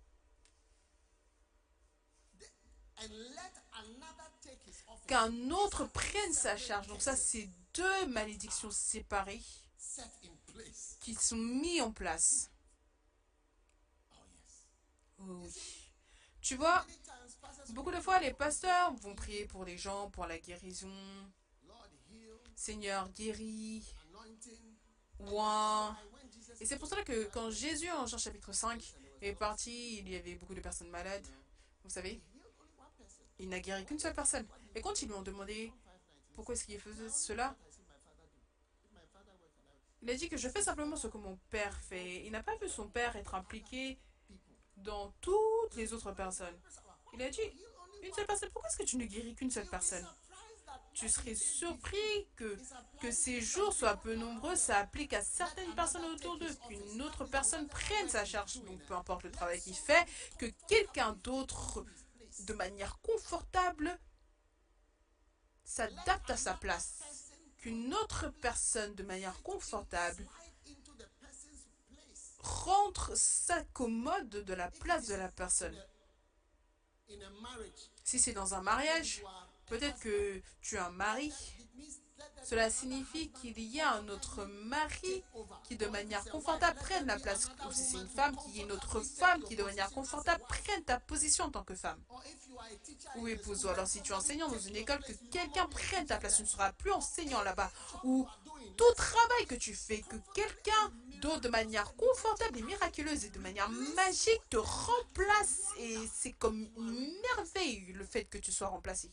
And let another take his office. Qu'un autre prenne sa charge. Donc ça, c'est deux malédictions séparées Set in place. qui sont mises en place. Oh yes. Oh oui. Tu vois, Many times pastors beaucoup de fois, les pasteurs vont prier pour les gens, pour la guérison. Lord heal, Seigneur, guéris, anointing. oint. When Jesus Et c'est pour cela que quand Jésus, en Jean chapitre 5, est parti, il y avait beaucoup de personnes malades. Vous savez, healed only one person. il n'a guéri qu'une seule personne. Et quand ils lui ont demandé pourquoi est-ce qu'il faisait cela, I see my father do. If my father work and I il a dit que je fais simplement ce que mon père fait. Il n'a pas vu son père être impliqué dans toutes les autres personnes. Il a dit, une seule personne, pourquoi est-ce que tu ne guéris qu'une seule personne? Tu serais surpris que ces jours soient peu nombreux, ça applique à certaines personnes autour d'eux, qu'une autre personne prenne sa charge, donc peu importe le travail qu'il fait, que quelqu'un d'autre, de manière confortable, s'adapte à sa place. Qu'une autre personne, de manière confortable, into the person's place rentre, s'accommode de la place de la personne. in a marriage. Si c'est dans un mariage, peut-être que tu as un mari. It means let them Cela signifie qu'il y a un autre mari qui, de manière confortable, prenne la place. Ou si c'est une femme, qu'il y ait une autre femme qui, de manière confortable, prenne ta position en tant que femme. or if you are a teacher Ou in a épouse. Ou school, alors si tu es enseignant dans une école, que quelqu'un prenne ta place. Tu ne seras plus enseignant là-bas. Ou doing tout travail que tu fais, que quelqu'un d'autre, de manière confortable et miraculeuse et de manière magique, te remplace. Et c'est comme une merveille le fait que tu sois remplacé.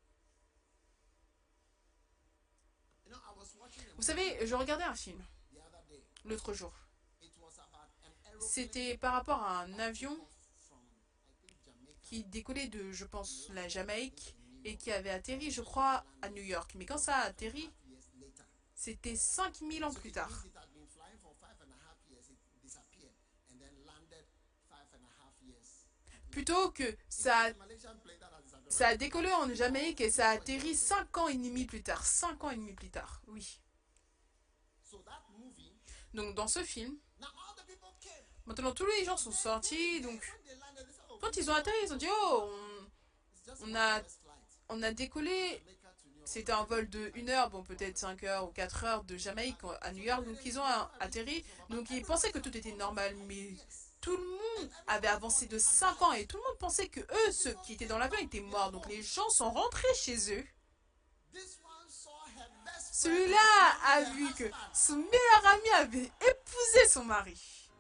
you know, I was watching a Vous savez, je regardais un film the other day. l'autre jour. It was about an aeroplane C'était par rapport à un avion from I think Jamaica. qui décollait de, je pense, la Jamaïque et qui avait atterri, je crois, à New York. Mais quand ça a atterri, Years later. c'était 5000 ans plus tard. It had been flying for 5.5 years. It disappeared and then landed 5.5 years. Plutôt que ça, The Malaysian plane that had disappeared. ça a décollé en Jamaïque et ça a atterri 5 ans et demi plus tard. 5 ans et demi plus tard, oui. So that movie. Donc dans ce film, Now all the people came. maintenant tous les gens sont sortis. Donc When they landed, they said, "Oh, quand ils ont atterri, ils ont dit, oh, just On one a, hour's flight. on a décollé, Jamaica to New c'était un Orleans. vol de 1 heure, bon peut-être 5 heures ou 4 heures de Jamaïque à New York. Donc ils ont atterri, donc ils pensaient que tout était normal. Mais tout le monde avait avancé de 5 ans et tout le monde pensait que eux, ceux qui étaient dans l'avion, étaient morts. Donc les gens sont rentrés chez eux. This one saw her best friend Celui-là a marry vu her que husband. son meilleur ami avait épousé son mari.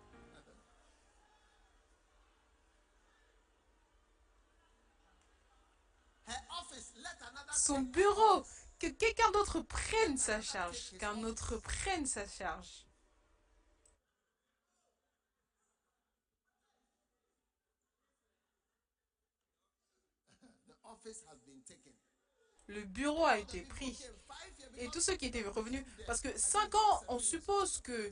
Her office let another Son take my bureau, office. que quelqu'un d'autre prenne sa charge, qu'un autre prenne sa charge. The office has been taken. Le bureau a été pris. Et tous ceux qui étaient revenus, parce que 5 ans, on suppose que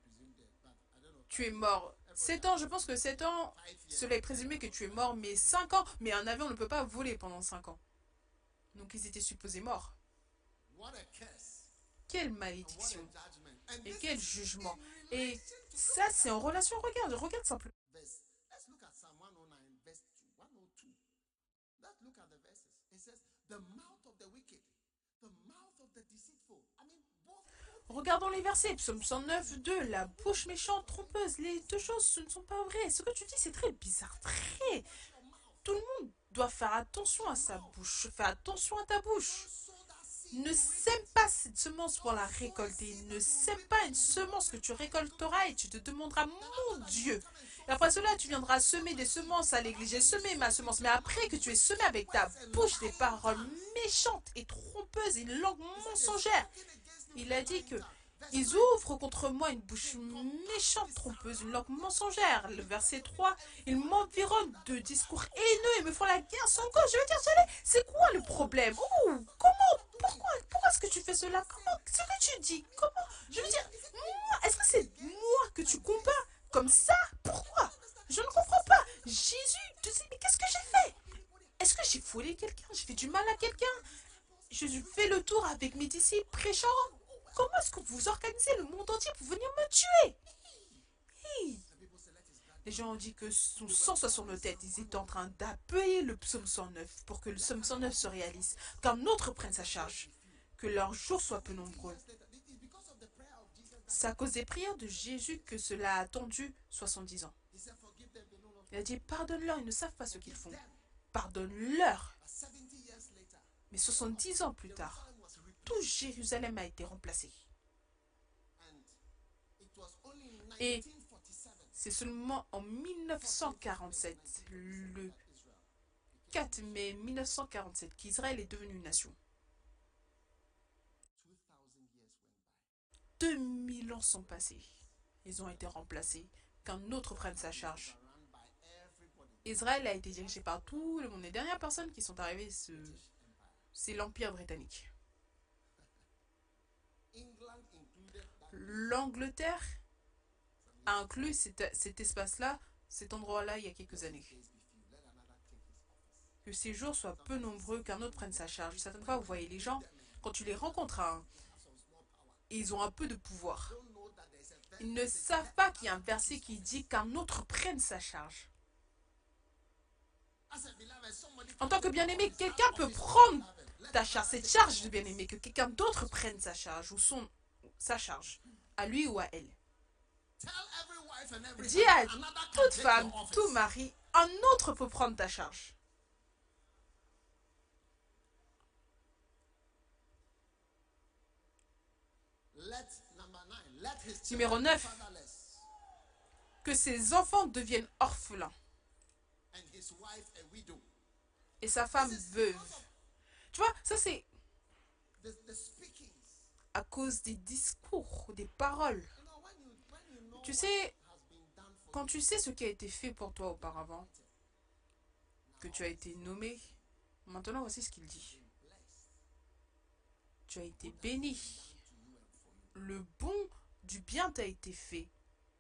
tu es mort. 7 ans, je pense que 7 ans, cela est présumé que tu es mort, mais 5 ans, mais un avion ne peut pas voler pendant 5 ans. Donc ils étaient supposés morts. What a curse. Quelle And what a malédiction judgment. And et this quel is jugement. in Et relation to ça, c'est en relation, regarde simplement. verse. Let's look at Psalm 109, verse 102. Let's look at the verses. It says, the mouth of the wicked, the mouth of the deceitful. I mean, both. Regardons les versets, psaume 109, 2, la bouche méchante, trompeuse, les deux choses, ce ne sont pas vraies. Ce que tu dis, c'est très bizarre, très. Tout le monde doit faire attention à sa bouche, fais attention à ta bouche. Ne sème pas cette semence pour la récolter. Ne sème pas une semence que tu récolteras et tu te demanderas, mon Dieu. Et après cela, tu viendras semer des semences à l'église. J'ai semé ma semence. Mais après que tu aies semé avec ta bouche des paroles méchantes et trompeuses, une langue mensongère, il a dit que ils ouvrent contre moi une bouche méchante, trompeuse, une langue mensongère. Le verset 3, ils m'environnent de discours haineux et me font la guerre sans cause. Je veux dire, c'est quoi le problème? Comment? Pourquoi est-ce que tu fais cela? Comment? Ce que tu dis? Comment? Je veux dire, est-ce que c'est moi que tu combats comme ça? Pourquoi? Je ne comprends pas. Jésus te dit, mais qu'est-ce que j'ai fait? Est-ce que j'ai volé quelqu'un? J'ai fait du mal à quelqu'un? Je fais le tour avec mes disciples prêchant. Comment est-ce que vous organisez le monde entier pour venir me tuer? Hey. Les gens ont dit que son sang soit sur nos têtes. Ils étaient en train d'appuyer le psaume 109 pour que le psaume 109 se réalise. Qu'un autre prenne sa charge. Que leurs jours soient peu nombreux. C'est à cause des prières de Jésus que cela a attendu 70 ans. Il a dit, pardonne-leur, ils ne savent pas ce qu'ils font. Pardonne-leur. Mais 70 ans plus tard, tout Jérusalem a été remplacé. Et c'est seulement en 1947, le 4 mai 1947, qu'Israël est devenu une nation. 2000 ans sont passés. Ils ont été remplacés. Qu'un autre prenne sa charge. Israël a été dirigé par tout le monde. Les dernières personnes qui sont arrivées, c'est l'Empire britannique. L'Angleterre a inclus cet espace-là, cet endroit-là, il y a quelques années. Que ces jours soient peu nombreux, qu'un autre prenne sa charge. Certaines fois, vous voyez les gens, quand tu les rencontres, ils ont un peu de pouvoir. Ils ne savent pas qu'il y a un verset qui dit qu'un autre prenne sa charge. En tant que bien-aimé, quelqu'un peut prendre ta charge, cette charge de bien-aimé, que quelqu'un d'autre prenne sa charge ou sa charge, à lui ou à elle. Dis à toute femme, tout mari, un autre peut prendre ta charge. Numéro 9. Que ses enfants deviennent orphelins. Et sa femme veuve. Tu vois, ça c'est à cause des discours, des paroles. Tu sais, quand tu sais ce qui a été fait pour toi auparavant, que tu as été nommé, maintenant voici ce qu'il dit. Tu as été béni. Le bon du bien t'a été fait.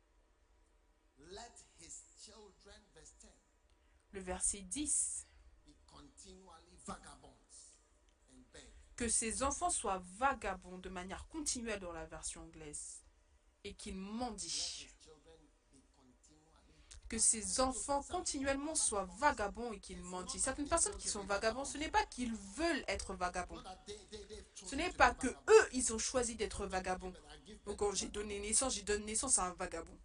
Le verset 10. Que ses enfants soient vagabonds de manière continuelle dans la version anglaise et qu'ils mendient. que ses enfants continuellement soient vagabonds et qu'ils mentent. Certaines personnes qui sont vagabonds, ce n'est pas qu'ils veulent être vagabonds. Ce n'est pas que eux, ils ont choisi d'être vagabonds. Donc quand j'ai donné naissance, j'ai donné naissance à un vagabond.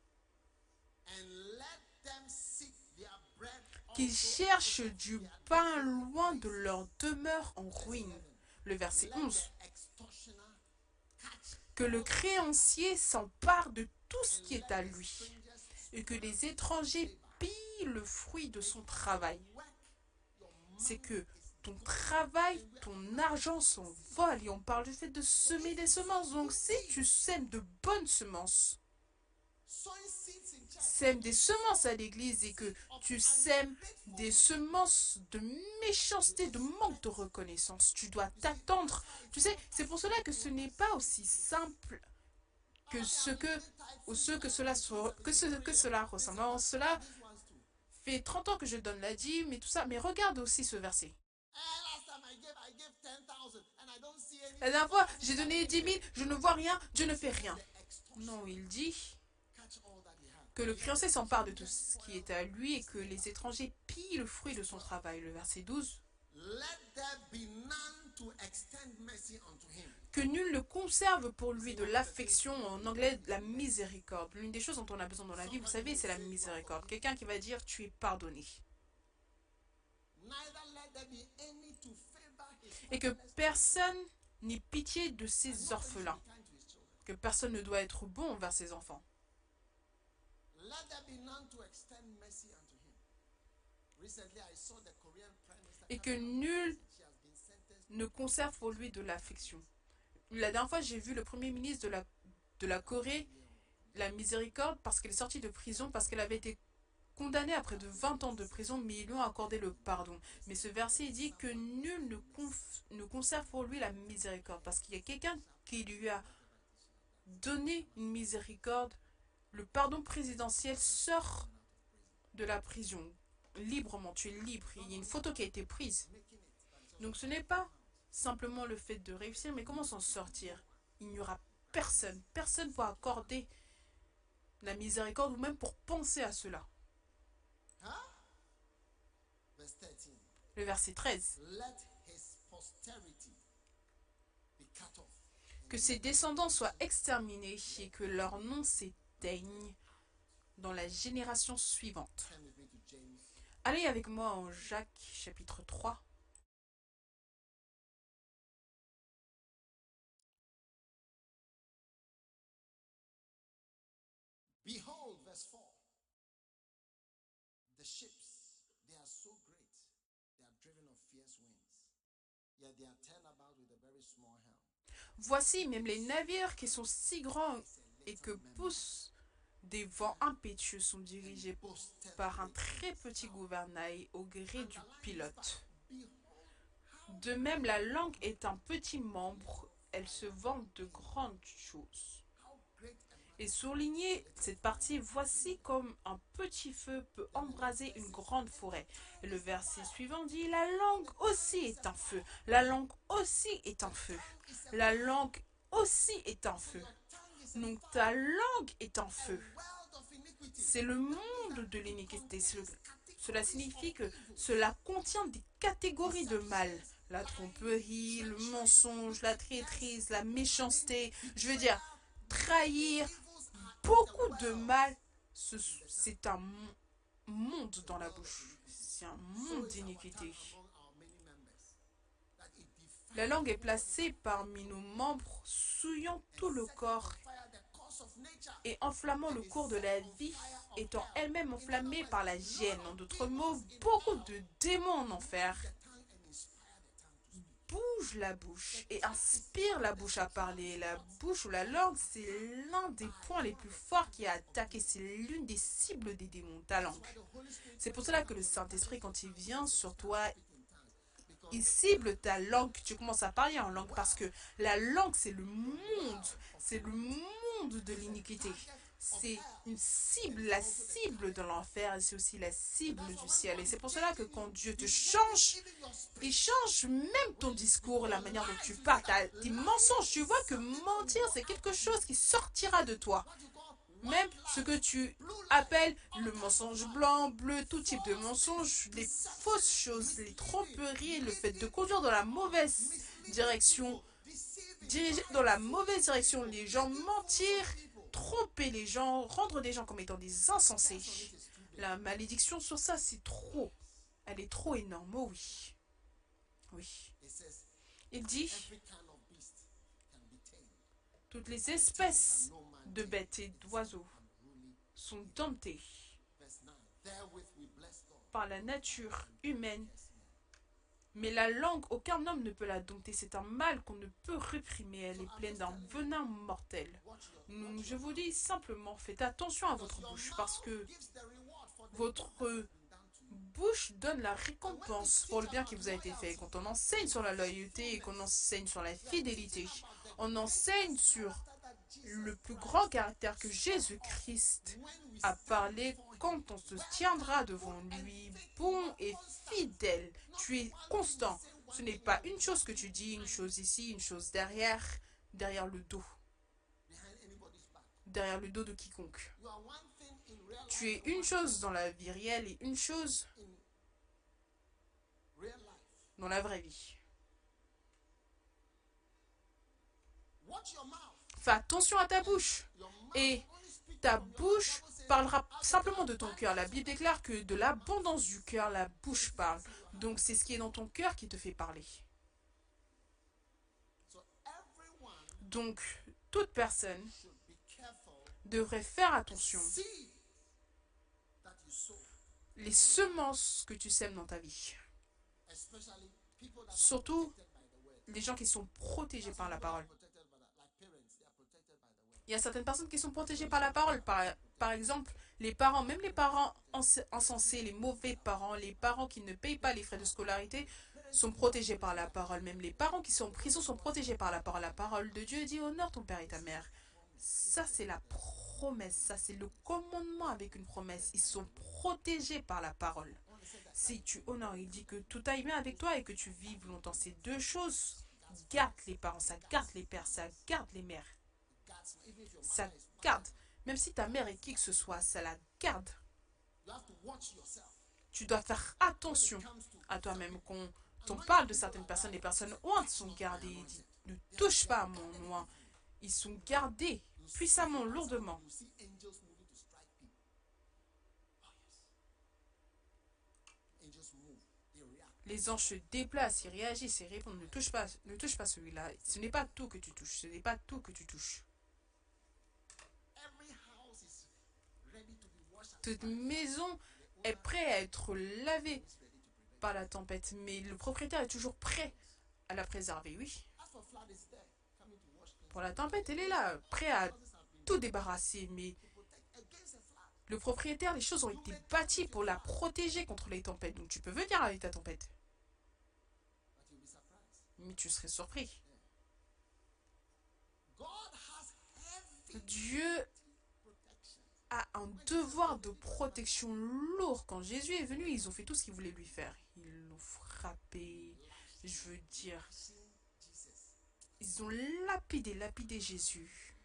Qu'ils cherchent du pain loin de leur demeure en ruine. Le verset 11. Que le créancier s'empare de tout ce qui est à lui et que les étrangers pillent le fruit de son travail. C'est que ton travail, ton argent s'envole et on parle du fait de semer des semences. Donc si tu sèmes de bonnes semences, sème des semences à l'église et que tu sèmes des semences de méchanceté, de manque de reconnaissance, tu dois t'attendre. Tu sais, c'est pour cela que ce n'est pas aussi simple que cela ressemble. Alors, cela fait 30 ans que je donne la dîme et tout ça, mais regarde aussi ce verset. La dernière fois, j'ai donné 10 000, je ne vois rien, Dieu ne fait rien. Non, il dit que le créancier s'empare de tout ce qui est à lui et que les étrangers pillent le fruit de son travail. Le verset 12. Que nul ne conserve pour lui de l'affection, en anglais la miséricorde. L'une des choses dont on a besoin dans la vie, vous savez, c'est la miséricorde. Quelqu'un qui va dire tu es pardonné. Et que personne n'ait pitié de ses orphelins. Que personne ne doit être bon envers ses enfants. Et que nul ne conserve pour lui de l'affection. La dernière fois, j'ai vu le premier ministre de la Corée, la miséricorde, parce qu'elle est sortie de prison, parce qu'elle avait été condamnée à près de 20 ans de prison, mais ils lui ont accordé le pardon. Mais ce verset dit que nul ne conserve pour lui la miséricorde, parce qu'il y a quelqu'un qui lui a donné une miséricorde. Le pardon présidentiel sort de la prison librement, tu es libre. Il y a une photo qui a été prise. Donc ce n'est pas simplement le fait de réussir, mais comment s'en sortir. Il n'y aura personne pour accorder la miséricorde ou même pour penser à cela. Le verset 13. Que ses descendants soient exterminés et que leur nom s'éteigne dans la génération suivante. Allez avec moi en Jacques chapitre 3. Behold, verse 4. The ships, they are so great, they are driven of fierce winds, yet they are turned about with a very small helm. Voici même les navires qui sont si grands et que poussent des vents impétueux sont dirigés par un très petit gouvernail au gré du pilote. De même, la langue est un petit membre, elle se vante de grandes choses. Et souligner cette partie, voici comme un petit feu peut embraser une grande forêt. Et le verset suivant dit, la langue aussi est un feu. La langue aussi est un feu. La langue aussi est un feu. Donc ta langue est un feu. C'est le monde de l'iniquité. Cela signifie que cela contient des catégories de mal. La tromperie, le mensonge, la traîtrise, la méchanceté. Je veux dire, trahir, beaucoup de mal. C'est un monde dans la bouche. C'est un monde d'iniquité. La langue est placée parmi nos membres, souillant tout le corps et enflammant le cours de la vie, étant elle-même enflammée par la gêne. En d'autres mots, beaucoup de démons en enfer bougent la bouche et inspirent la bouche à parler. La bouche ou la langue, c'est l'un des points les plus forts qui a attaqué. C'est l'une des cibles des démons, ta langue. C'est pour cela que le Saint-Esprit, quand il vient sur toi, il cible ta langue, tu commences à parler en langue, parce que la langue, c'est le monde de l'iniquité. C'est une cible, la cible de l'enfer, et c'est aussi la cible du ciel. Et c'est pour cela que quand Dieu te change, il change même ton discours, la manière dont tu parles, tes mensonges. Tu vois que mentir, c'est quelque chose qui sortira de toi. Même ce que tu appelles le mensonge blanc, bleu, tout type de mensonge, les fausses choses, les tromperies, le fait de conduire dans la mauvaise direction, diriger dans la mauvaise direction, les gens mentir, tromper les gens, rendre les gens comme étant des insensés. La malédiction sur ça, c'est trop. Elle est trop énorme, oh oui. Oui. Il dit, toutes les espèces de bêtes et d'oiseaux sont domptées par la nature humaine. Mais la langue, aucun homme ne peut la dompter. C'est un mal qu'on ne peut réprimer. Elle est pleine d'un venin mortel. Donc, je vous dis simplement, faites attention à votre bouche parce que votre bouche donne la récompense pour le bien qui vous a été fait. Quand on enseigne sur la loyauté et qu'on enseigne sur la fidélité, on enseigne sur le plus grand caractère que Jésus-Christ a parlé quand on se tiendra devant lui, bon et fidèle. Tu es constant. Ce n'est pas une chose que tu dis, une chose ici, une chose derrière, derrière le dos. Derrière le dos de quiconque. Tu es une chose dans la vie réelle et une chose dans la vraie vie. Fais attention à ta bouche. Et ta bouche parlera simplement de ton cœur. La Bible déclare que de l'abondance du cœur, la bouche parle. Donc c'est ce qui est dans ton cœur qui te fait parler. Donc toute personne devrait faire attention. Les semences que tu sèmes dans ta vie. Surtout les gens qui sont protégés par la parole. Il y a certaines personnes qui sont protégées par la parole. Par exemple, les parents, même les parents insensés, les mauvais parents, les parents qui ne payent pas les frais de scolarité, sont protégés par la parole. Même les parents qui sont en prison sont protégés par la parole. La parole de Dieu dit honore ton père et ta mère. Ça, c'est la promesse. Ça, c'est le commandement avec une promesse. Ils sont protégés par la parole. Si tu honores, il dit que tout aille bien avec toi et que tu vives longtemps. Ces deux choses gardent les parents, ça garde les pères, ça garde les mères. Ça garde. Même si ta mère est qui que ce soit, ça la garde. Tu dois faire attention à toi-même. Quand on parle de certaines personnes, les personnes ointes sont gardées. Ne touche pas à mon oint. Ils sont gardés puissamment, lourdement. Les anges se déplacent, ils réagissent, ils répondent. Ne touche pas celui-là. Ce n'est pas tout que tu touches. Ce n'est pas tout que tu touches. Toute maison est prête à être lavée par la tempête, mais le propriétaire est toujours prêt à la préserver, oui. Pour la tempête, elle est là, prêt à tout débarrasser, mais le propriétaire, les choses ont été bâties pour la protéger contre les tempêtes. Donc tu peux venir avec ta tempête. Mais tu serais surpris. Dieu a un devoir de protection lourd. Quand Jésus est venu, ils ont fait tout ce qu'ils voulaient lui faire. Ils l'ont frappé. Je veux dire, ils ont lapidé Jésus.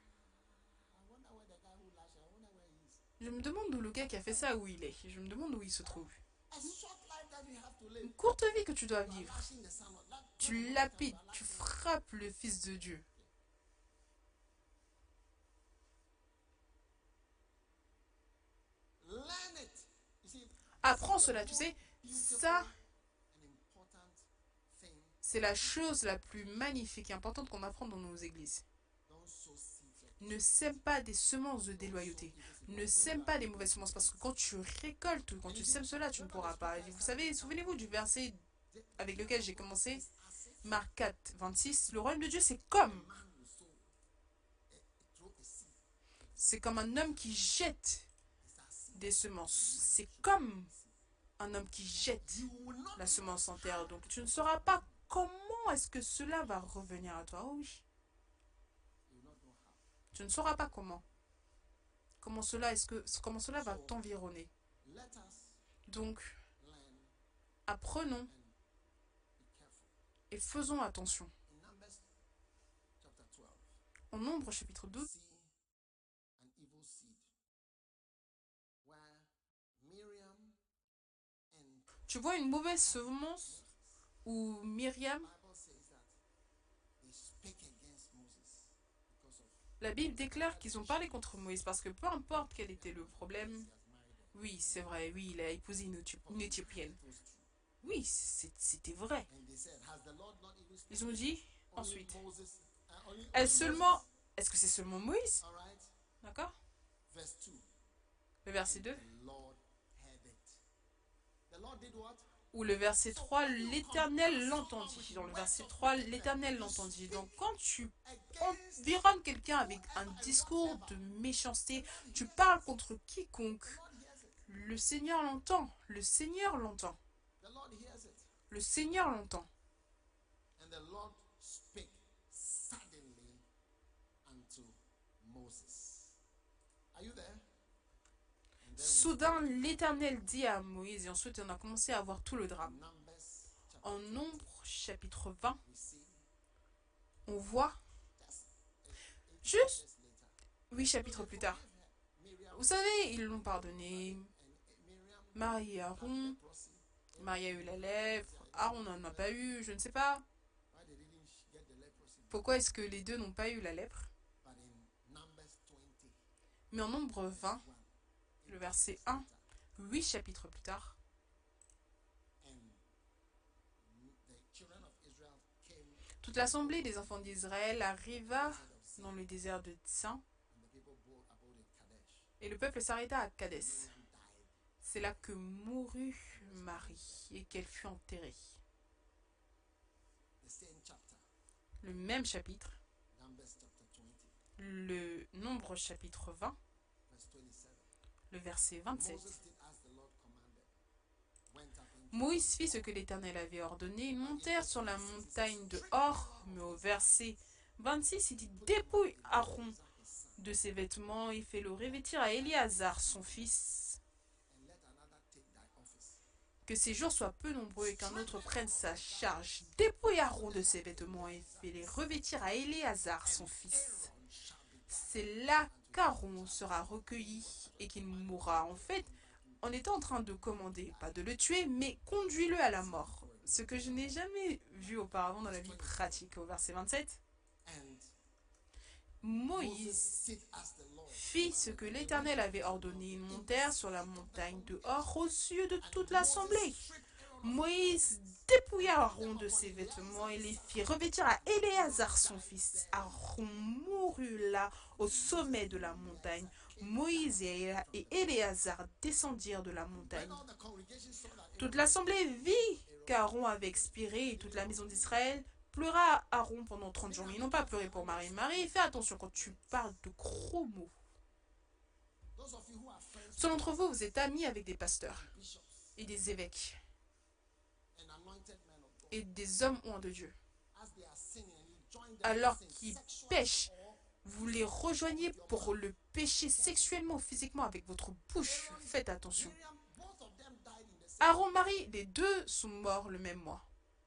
Je me demande où le gars qui a fait ça, où il est. Je me demande où il se trouve. Une courte vie que tu dois vivre. Tu lapides, tu frappes le Fils de Dieu. Apprends cela, tu sais. Ça, c'est la chose la plus magnifique et importante qu'on apprend dans nos églises. Ne sème pas des semences de déloyauté. Ne sème pas des mauvaises semences parce que quand tu récoltes, quand tu sèmes cela, tu ne pourras pas. Et vous savez, souvenez-vous du verset avec lequel j'ai commencé, Marc 4, 26. Le royaume de Dieu, c'est comme un homme qui jette des semences. C'est comme un homme qui jette la semence en terre. Donc tu ne sauras pas comment est-ce que cela va revenir à toi. Oh oui. Tu ne sauras pas comment. Comment cela va t'environner. Donc, apprenons et faisons attention. En Nombre chapitre 12, Tu vois une mauvaise semence où Myriam, la Bible déclare qu'ils ont parlé contre Moïse parce que peu importe quel était le problème, oui, c'est vrai, oui, il a épousé une Éthiopienne. Oui, c'était vrai. Ils ont dit ensuite, est-ce que c'est seulement Moïse? D'accord? Le verset 2. Ou le verset 3, l'Éternel l'entendit. Dans le verset 3, l'Éternel l'entendit. Donc quand tu environnes quelqu'un avec un discours de méchanceté, tu parles contre quiconque, le Seigneur l'entend. Le Seigneur l'entend. Le Seigneur l'entend. Soudain, l'Éternel dit à Moïse, et ensuite on a commencé à voir tout le drame. En Nombre, chapitre 20, on voit, juste 8 chapitres plus tard, vous savez, ils l'ont pardonné. Marie et Aaron, Marie a eu la lèpre, Aaron n'en a pas eu, je ne sais pas. Pourquoi est-ce que les deux n'ont pas eu la lèpre? Mais en Nombre 20, le verset 1, 8 chapitres plus tard, toute l'assemblée des enfants d'Israël arriva dans le désert de Tsin et le peuple s'arrêta à Kadès. C'est là que mourut Marie et qu'elle fut enterrée. Le même chapitre, le Nombre chapitre 20, le verset 27. Moïse fit ce que l'Éternel avait ordonné. Ils montèrent sur la montagne de Hor, mais au verset 26, il dit « Dépouille Aaron de ses vêtements et fais-le revêtir à Éléazar, son fils, que ses jours soient peu nombreux et qu'un autre prenne sa charge. Dépouille Aaron de ses vêtements et fais-les revêtir à Éléazar, son fils. C'est là qu'Aaron sera recueilli et qu'il mourra. » En fait, on était en train de commander, pas de le tuer, mais conduis-le à la mort. Ce que je n'ai jamais vu auparavant dans la vie pratique. Au verset 27, Moïse fit ce que l'Éternel avait ordonné. Ils montèrent sur la montagne de Hor aux yeux de toute l'assemblée. Moïse dépouilla Aaron de ses vêtements et les fit revêtir à Éléazar son fils. Aaron mourut là, au sommet de la montagne. Moïse et Éléazar descendirent de la montagne. Toute l'assemblée vit qu'Aaron avait expiré et toute la maison d'Israël pleura Aaron pendant 30 jours. Mais ils n'ont pas pleuré pour Marie. Marie, fais attention quand tu parles de gros mots. Ceux d'entre vous, vous êtes amis avec des pasteurs et des évêques et des hommes oints de Dieu. Alors qu'ils pêchent, vous les rejoignez pour le pécher sexuellement ou physiquement avec votre bouche. Faites attention. Aaron, Marie, les deux sont morts le même mois.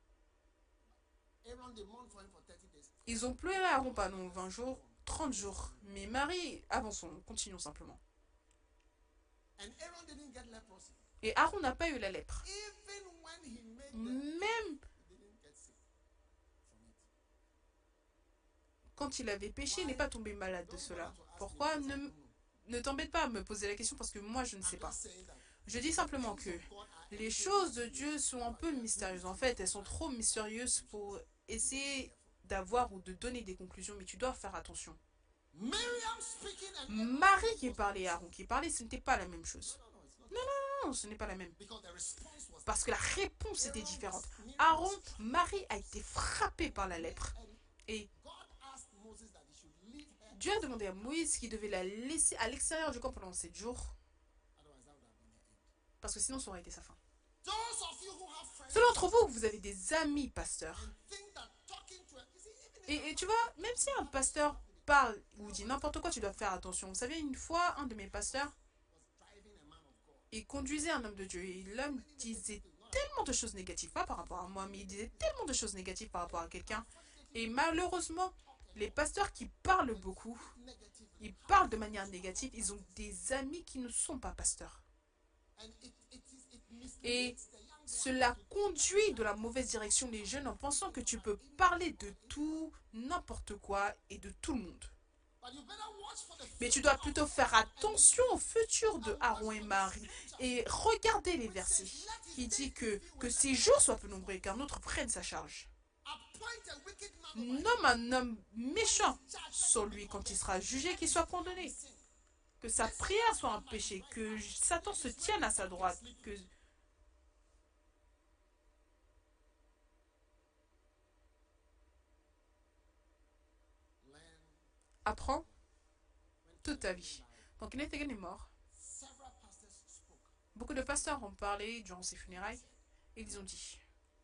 Ils ont pleuré Aaron pendant 20 jours, 30 jours. Mais Marie, avançons, continuons simplement. Et Aaron n'a pas eu la lèpre. Même quand il avait péché, il n'est pas tombé malade de cela. Pourquoi? Ne t'embête pas à me poser la question parce que moi, je ne sais pas. Je dis simplement que les choses de Dieu sont un peu mystérieuses. En fait, elles sont trop mystérieuses pour essayer d'avoir ou de donner des conclusions, mais tu dois faire attention. Marie qui parlait, Aaron qui parlait, ce n'était pas la même chose. Non, ce n'est pas la même. Parce que la réponse était différente. Aaron, Marie a été frappée par la lèpre. Et Dieu a demandé à Moïse qu'il devait la laisser à l'extérieur du camp pendant 7 jours. Parce que sinon, ça aurait été sa fin. Ceux d'entre vous, vous avez des amis pasteurs. Et tu vois, même si un pasteur parle ou dit n'importe quoi, tu dois faire attention. Vous savez, une fois, un de mes pasteurs, il conduisait un homme de Dieu. Et l'homme disait tellement de choses négatives, pas par rapport à moi, mais il disait tellement de choses négatives par rapport à quelqu'un. Et malheureusement, les pasteurs qui parlent beaucoup, ils parlent de manière négative, ils ont des amis qui ne sont pas pasteurs. Et Cela conduit de la mauvaise direction les jeunes en pensant que tu peux parler de tout, n'importe quoi et de tout le monde. Mais tu dois plutôt faire attention au futur de Aaron et Marie et regarder les versets qui dit que ces jours soient peu nombreux et qu'un autre prenne sa charge. Nomme un homme méchant sur lui quand il sera jugé, qu'il soit condamné. Que sa prière soit un péché, que Satan se tienne à sa droite, que apprends toute ta vie. Quand Kenneth Hagin est mort, beaucoup de pasteurs ont parlé durant ses funérailles et ils ont dit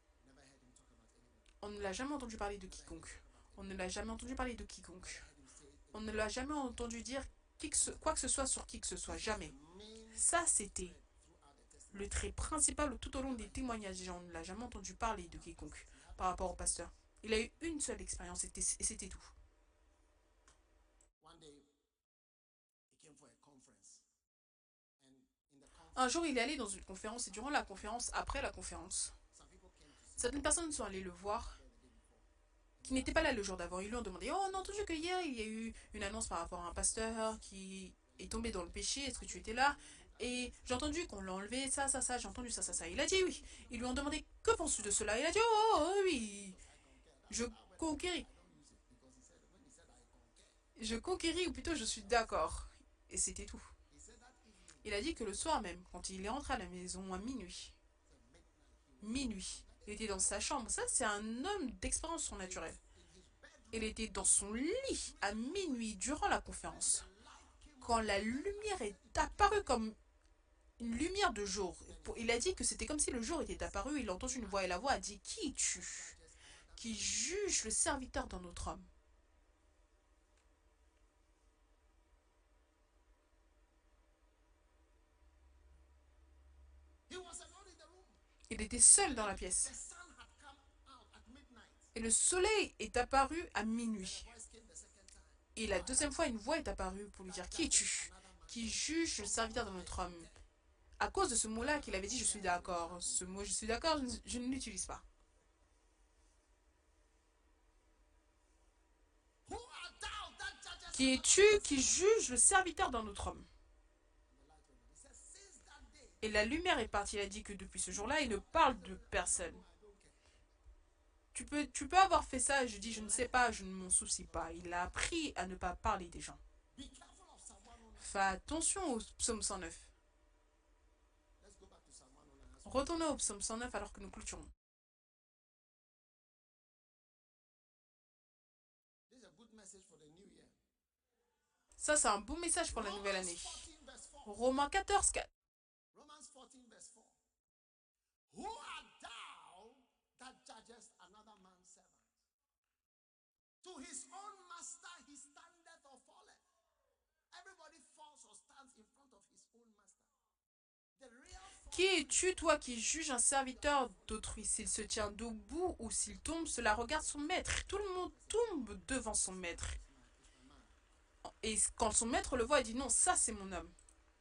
on ne l'a jamais entendu parler de quiconque. On ne l'a jamais entendu parler de quiconque. On ne l'a jamais entendu dire quoi que ce soit sur qui que ce soit. Jamais. Ça, c'était le trait principal tout au long des témoignages. On ne l'a jamais entendu parler de quiconque par rapport au pasteur. Il a eu une seule expérience et c'était tout. Un jour, il est allé dans une conférence et durant la conférence, après la conférence, certaines personnes sont allées le voir qui n'étaient pas là le jour d'avant. Ils lui ont demandé, oh, on a entendu que hier, il y a eu une annonce par rapport à un pasteur qui est tombé dans le péché. Est-ce que tu étais là? Et j'ai entendu qu'on l'a enlevé, ça, j'ai entendu ça, ça. Il a dit oui. Ils lui ont demandé, que penses-tu de cela? Il a dit, oh, oui, je conquéris. Je conquéris, ou plutôt je suis d'accord. Et c'était tout. Il a dit que le soir même, quand il est rentré à la maison à minuit, il était dans sa chambre. Ça, c'est un homme d'expérience surnaturelle. Il était dans son lit à minuit durant la conférence. Quand la lumière est apparue comme une lumière de jour, il a dit que c'était comme si le jour était apparu. Il a entendu une voix et la voix a dit, qui es-tu qui juge le serviteur d'un autre homme? Il était seul dans la pièce. Et le soleil est apparu à minuit. Et la deuxième fois, une voix est apparue pour lui dire, qui es-tu qui juge le serviteur de notre homme? À cause de ce mot-là qu'il avait dit, je suis d'accord. Ce mot, je suis d'accord, je ne l'utilise pas. Qui es-tu qui juge le serviteur d'un autre homme? Et la lumière est partie. Il a dit que depuis ce jour-là, il ne parle de personne. Tu peux avoir fait ça. Je dis, je ne sais pas, je ne m'en soucie pas. Il a appris à ne pas parler des gens. Fais attention au psaume 109. Retournons au psaume 109 alors que nous clôturons. Ça, c'est un beau message pour la nouvelle année. Romains 14, 4. Who art thou that judgest another man's servant? To his own master he standeth or falleth. Everybody falls or stands in front of his own master. Qui es-tu, toi, qui juges un serviteur d'autrui? S'il se tient debout ou s'il tombe, cela regarde son maître. Tout le monde tombe devant son maître. Et quand son maître le voit, il dit non, ça c'est mon homme.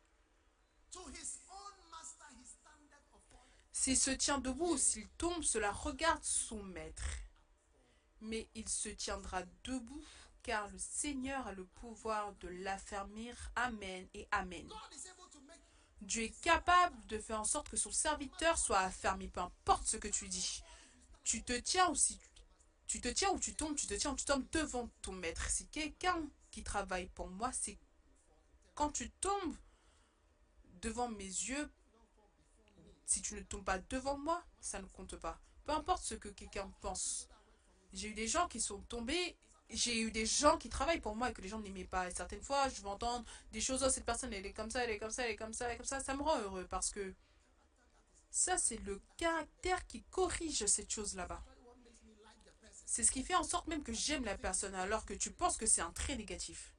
S'il se tient debout ou s'il tombe, cela regarde son maître. Mais il se tiendra debout, car le Seigneur a le pouvoir de l'affermir. Amen et Amen. Dieu est capable de faire en sorte que son serviteur soit affermi, peu importe ce que tu dis. Tu te tiens ou tu tombes, tu te tiens ou tu tombes devant ton maître. Si quelqu'un qui travaille pour moi, c'est quand tu tombes devant mes yeux, si tu ne tombes pas devant moi, ça ne compte pas. Peu importe ce que quelqu'un pense. J'ai eu des gens qui sont tombés, j'ai eu des gens qui travaillent pour moi et que les gens n'aimaient pas. Et certaines fois, je vais entendre des choses, oh, cette personne, elle est comme ça, elle est comme ça, elle est comme ça, elle est comme ça. Ça me rend heureux parce que ça, c'est le caractère qui corrige cette chose là-bas. C'est ce qui fait en sorte même que j'aime la personne alors que tu penses que c'est un trait négatif.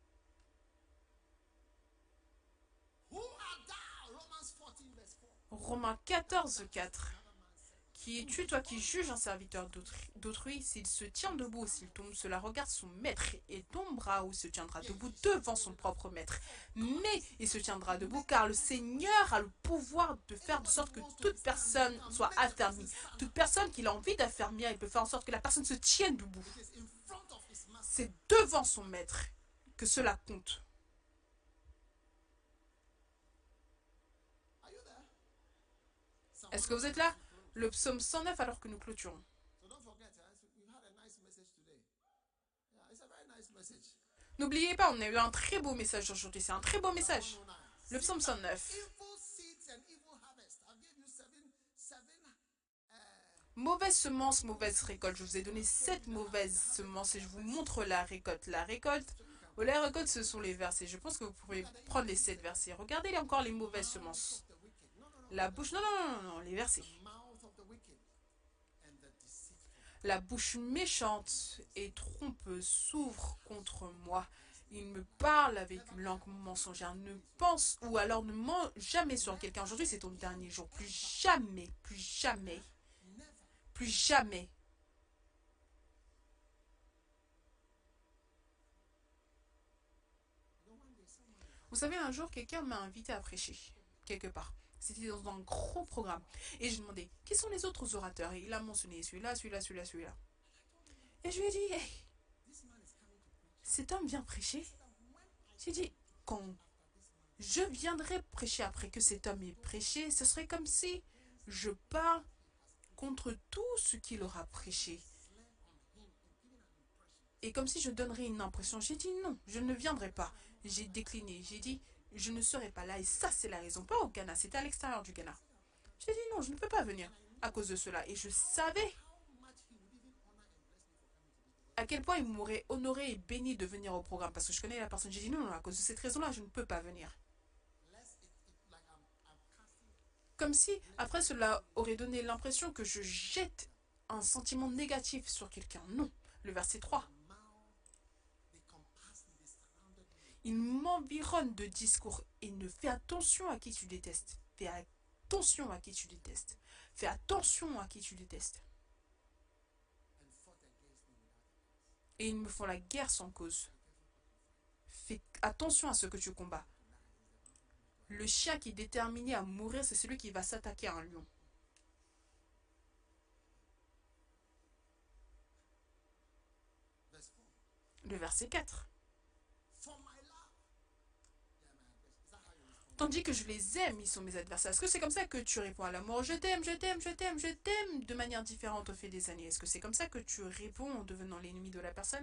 Romains 14, 4. Qui es-tu, toi qui juges un serviteur d'autrui? S'il se tient debout, s'il tombe, cela regarde son maître et tombera ou se tiendra debout devant son propre maître. Mais il se tiendra debout car le Seigneur a le pouvoir de faire de sorte que toute personne soit affermie. Toute personne qu'il a envie d'affermir, il peut faire en sorte que la personne se tienne debout. C'est devant son maître que cela compte. Est-ce que vous êtes là? Le psaume 109 alors que nous clôturons. N'oubliez pas, on a eu un très beau message aujourd'hui. C'est un très beau message. Le psaume 109. Mauvaise semence, mauvaise récolte. Je vous ai donné 7 mauvaises semences et je vous montre la récolte. La récolte, ce sont les versets. Je pense que vous pouvez prendre les 7 versets. Regardez encore les mauvaises semences. La bouche, non, les versets. La bouche méchante et trompeuse s'ouvre contre moi. Il me parle avec une langue mensongère. Ne pense ou alors ne ment jamais sur quelqu'un. Aujourd'hui, c'est ton dernier jour. Plus jamais, plus jamais, plus jamais. Vous savez, un jour, quelqu'un m'a invité à prêcher, quelque part. C'était dans un gros programme. Et je demandais, qui sont les autres orateurs? Et il a mentionné celui-là, celui-là, celui-là, celui-là. Et je lui ai dit, hey, cet homme vient prêcher. J'ai dit, quand je viendrai prêcher après que cet homme ait prêché, ce serait comme si je parle contre tout ce qu'il aura prêché. Et comme si je donnerais une impression. J'ai dit non, je ne viendrai pas. J'ai décliné. J'ai dit, je ne serai pas là. Et ça, c'est la raison. Pas au Ghana, c'était à l'extérieur du Ghana. J'ai dit non, je ne peux pas venir à cause de cela. Et je savais à quel point il m'aurait honoré et béni de venir au programme. Parce que je connais la personne. J'ai dit non, à cause de cette raison-là, je ne peux pas venir. Comme si, après, cela aurait donné l'impression que je jette un sentiment négatif sur quelqu'un. Non. Le verset 3. Il m'environne de discours et ne fais attention à qui tu détestes. Fais attention à qui tu détestes. Fais attention à qui tu détestes. Et ils me font la guerre sans cause. Fais attention à ce que tu combats. Le chien qui est déterminé à mourir, c'est celui qui va s'attaquer à un lion. Le verset 4. Tandis que je les aime, ils sont mes adversaires. Est-ce que c'est comme ça que tu réponds à l'amour? Je t'aime, je t'aime, je t'aime, je t'aime de manière différente au fil des années. Est-ce que c'est comme ça que tu réponds en devenant l'ennemi de la personne?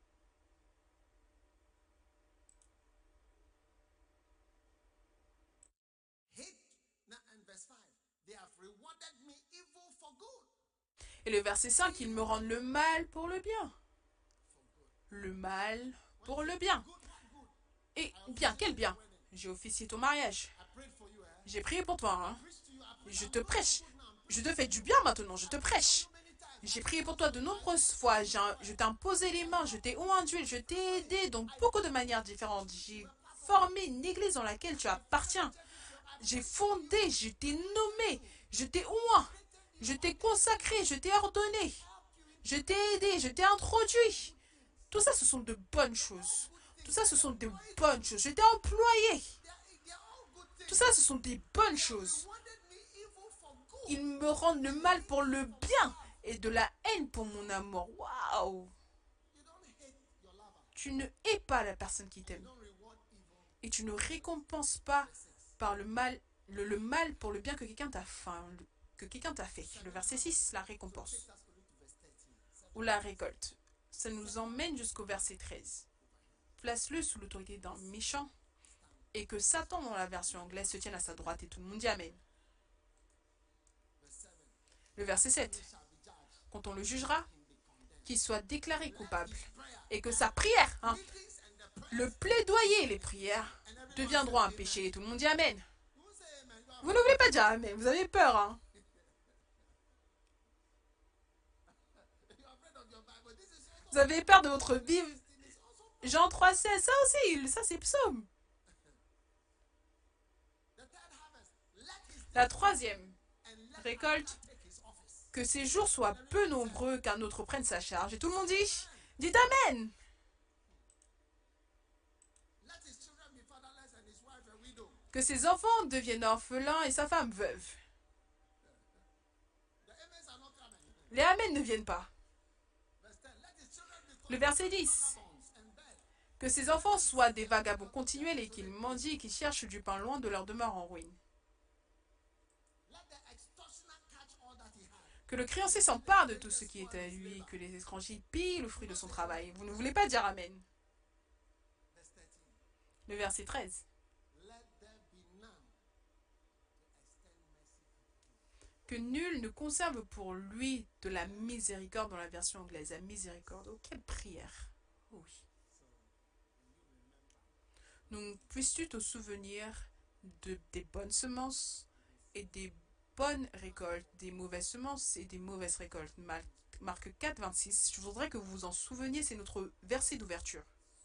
Et le verset 5, ils me rendent le mal pour le bien. Le mal pour le bien. Et bien, quel bien? J'ai officié ton mariage. J'ai prié pour toi. Hein? Je te prêche. Je te fais du bien maintenant. Je te prêche. J'ai prié pour toi de nombreuses fois. Je t'ai imposé les mains. Je t'ai oint d'huile. Je t'ai aidé dans beaucoup de manières différentes. J'ai formé une église dans laquelle tu appartiens. J'ai fondé. Je t'ai nommé. Je t'ai oint. Je t'ai consacré. Je t'ai ordonné. Je t'ai aidé. Je t'ai introduit. Tout ça, ce sont de bonnes choses. Tout ça, ce sont de bonnes choses. Je t'ai employé. Tout ça, ce sont des bonnes choses. Ils me rendent le mal pour le bien et de la haine pour mon amour. Waouh! Tu ne hais pas la personne qui t'aime. Et tu ne récompenses pas par le mal pour le bien que quelqu'un t'a fait. Le verset 6, la récompense. Ou la récolte. Ça nous emmène jusqu'au verset 13. Place-le sous l'autorité d'un méchant et que Satan, dans la version anglaise, se tienne à sa droite et tout le monde dit Amen. Le verset 7. Quand on le jugera, qu'il soit déclaré coupable et que sa prière, le plaidoyer et les prières deviendront un péché et tout le monde dit Amen. Vous ne voulez pas dire Amen, vous avez peur, hein? Vous avez peur de votre vie. Jean 3,16, ça aussi, ça c'est psaume. La troisième récolte, que ses jours soient peu nombreux, qu'un autre prenne sa charge. Et tout le monde dit Amen. Que ses enfants deviennent orphelins et sa femme veuve. Les Amen ne viennent pas. Le verset 10. Que ses enfants soient des vagabonds continuels et qu'ils mendient et qu'ils cherchent du pain loin de leur demeure en ruine. Que le créancier s'empare de tout ce qui est à lui, que les étrangers pillent le fruit de son travail. Vous ne voulez pas dire Amen. Le verset 13. Que nul ne conserve pour lui de la miséricorde dans la version anglaise. La miséricorde. Oh, quelle prière. Oh, oui. Donc, puisses-tu te souvenir des bonnes semences et des bonnes récoltes, des mauvaises semences et des mauvaises récoltes. Marc 4, 26. Je voudrais que vous vous en souveniez, c'est notre verset d'ouverture.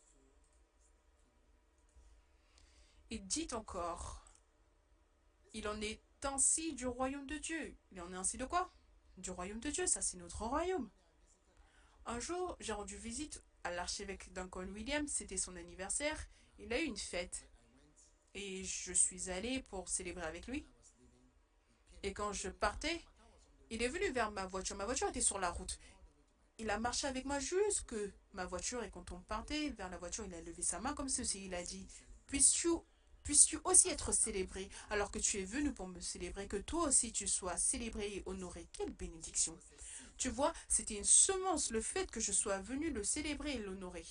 Et dit encore, il en est ainsi du royaume de Dieu. Il en est ainsi de quoi? Du royaume de Dieu, ça c'est notre royaume. Un jour, j'ai rendu visite à l'archevêque Duncan Williams, c'était son anniversaire. Il a eu une fête et je suis allée pour célébrer avec lui. Et quand je partais, il est venu vers ma voiture. Ma voiture était sur la route. Il a marché avec moi jusque ma voiture et quand on partait vers la voiture, il a levé sa main comme ceci. Il a dit, puisses-tu aussi être célébré alors que tu es venu pour me célébrer, que toi aussi tu sois célébré et honoré. Quelle bénédiction. Tu vois, c'était une semence, le fait que je sois venu le célébrer et l'honorer.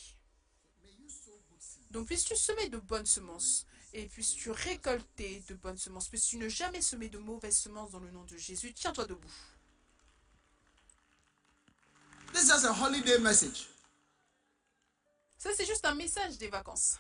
Donc puisses-tu semer de bonnes semences et puisses-tu récolter de bonnes semences, puisses-tu ne jamais semer de mauvaises semences dans le nom de Jésus. Tiens-toi debout. This is just a holiday message. Ça, c'est juste un message des vacances.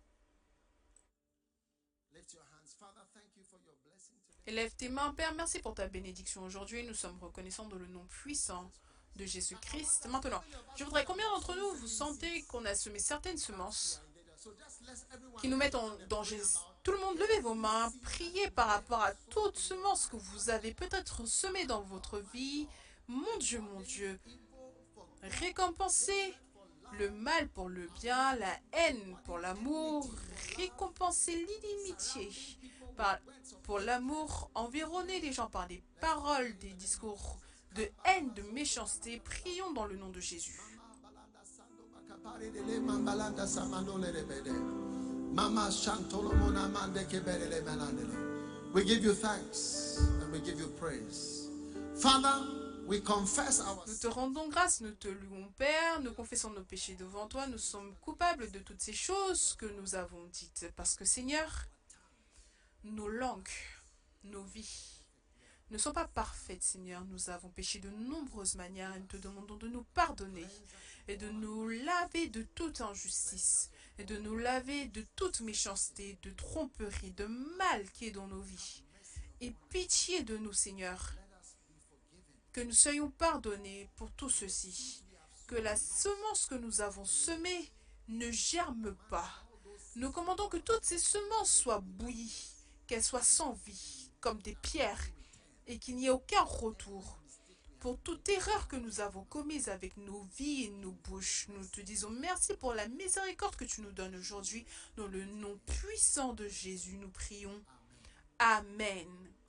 Élève tes mains, Père, merci pour ta bénédiction aujourd'hui. Nous sommes reconnaissants de le nom puissant de Jésus-Christ. Maintenant, je voudrais, combien d'entre nous vous sentez qu'on a semé certaines semences qui nous mettent en danger? Tout le monde, levez vos mains, priez par rapport à toute semence que vous avez peut-être semée dans votre vie. Mon Dieu, récompensez le mal pour le bien, la haine pour l'amour, récompensez l'inimitié pour l'amour, environnez les gens par des paroles, des discours de haine, de méchanceté. Prions dans le nom de Jésus. We give you thanks and we give you praise. Father, we confess our Nous te rendons grâce, nous te louons, Père, nous confessons nos péchés devant toi, nous sommes coupables de toutes ces choses que nous avons dites. Parce que, Seigneur, nos langues, nos vies ne sont pas parfaites, Seigneur. Nous avons péché de nombreuses manières et nous te demandons de nous pardonner et de nous laver de toute injustice et de nous laver de toute méchanceté, de tromperie, de mal qui est dans nos vies. Et pitié de nous, Seigneur, que nous soyons pardonnés pour tout ceci, que la semence que nous avons semée ne germe pas. Nous commandons que toutes ces semences soient bouillies, qu'elles soient sans vie, comme des pierres, et qu'il n'y ait aucun retour. Pour toute erreur que nous avons commise avec nos vies et nos bouches, nous te disons merci pour la miséricorde que tu nous donnes aujourd'hui. Dans le nom puissant de Jésus, nous prions. Amen.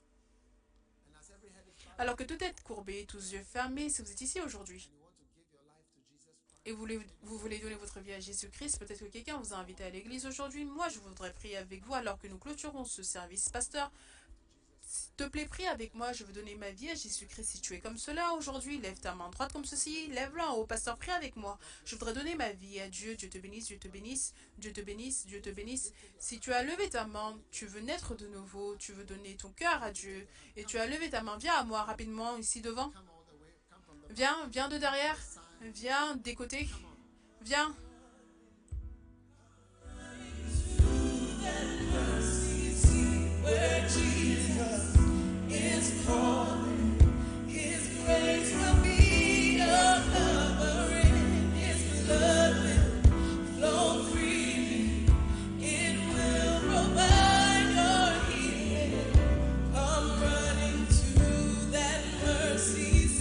Alors que tout est courbé, tous yeux fermés, si vous êtes ici aujourd'hui et vous voulez donner votre vie à Jésus-Christ, peut-être que quelqu'un vous a invité à l'église aujourd'hui. Moi, je voudrais prier avec vous alors que nous clôturons ce service. Pasteur, s'il te plaît, prie avec moi. Je veux donner ma vie à Jésus-Christ. Si tu es comme cela aujourd'hui, lève ta main droite comme ceci. Lève-la en haut. Pasteur, prie avec moi. Je voudrais donner ma vie à Dieu. Dieu te bénisse, Dieu te bénisse, Dieu te bénisse, Dieu te bénisse. Si tu as levé ta main, tu veux naître de nouveau, tu veux donner ton cœur à Dieu, et tu as levé ta main, viens à moi rapidement ici devant. Viens de derrière. Viens des côtés. Viens. Come running to that mercy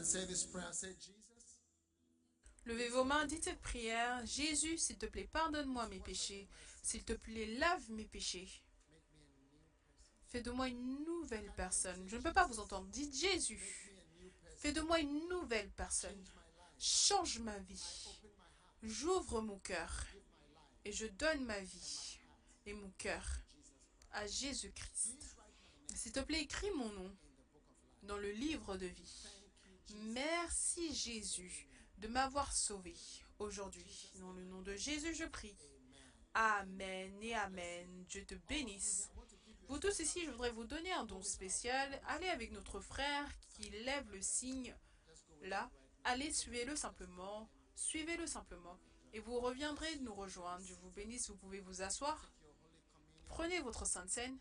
say this prayer. Say, Jesus, Levez vos mains, dites cette prière. Jésus, s'il te plaît, pardonne-moi mes péchés. S'il te plaît, lave mes péchés. make me a new person. Fais de moi une nouvelle personne. Je ne peux pas vous entendre. Dites Jésus. Make me a new person. Fais de moi une nouvelle personne. Change my life. Change ma vie. Open my heart. J'ouvre mon cœur Give my life. et je donne ma vie Heart. et mon cœur Jesus Christ. à Jésus-Christ. Please write my name S'il te plaît, écris mon nom in the book of life. dans le livre de vie. Thank you, Jesus. Merci Jésus de m'avoir sauvé aujourd'hui. Dans le nom de Jésus, je prie. Amen. Amen et Amen. Dieu te bénisse. I want to give you Vous tous ici, je voudrais vous donner un don spécial. Allez avec notre frère qui lève le signe just go with là. it right Allez, suivez-le simplement. Suivez-le simplement. Et vous reviendrez nous rejoindre. Dieu vous bénisse. Vous pouvez vous asseoir. now. Your Holy Communion. Prenez votre Sainte Seine.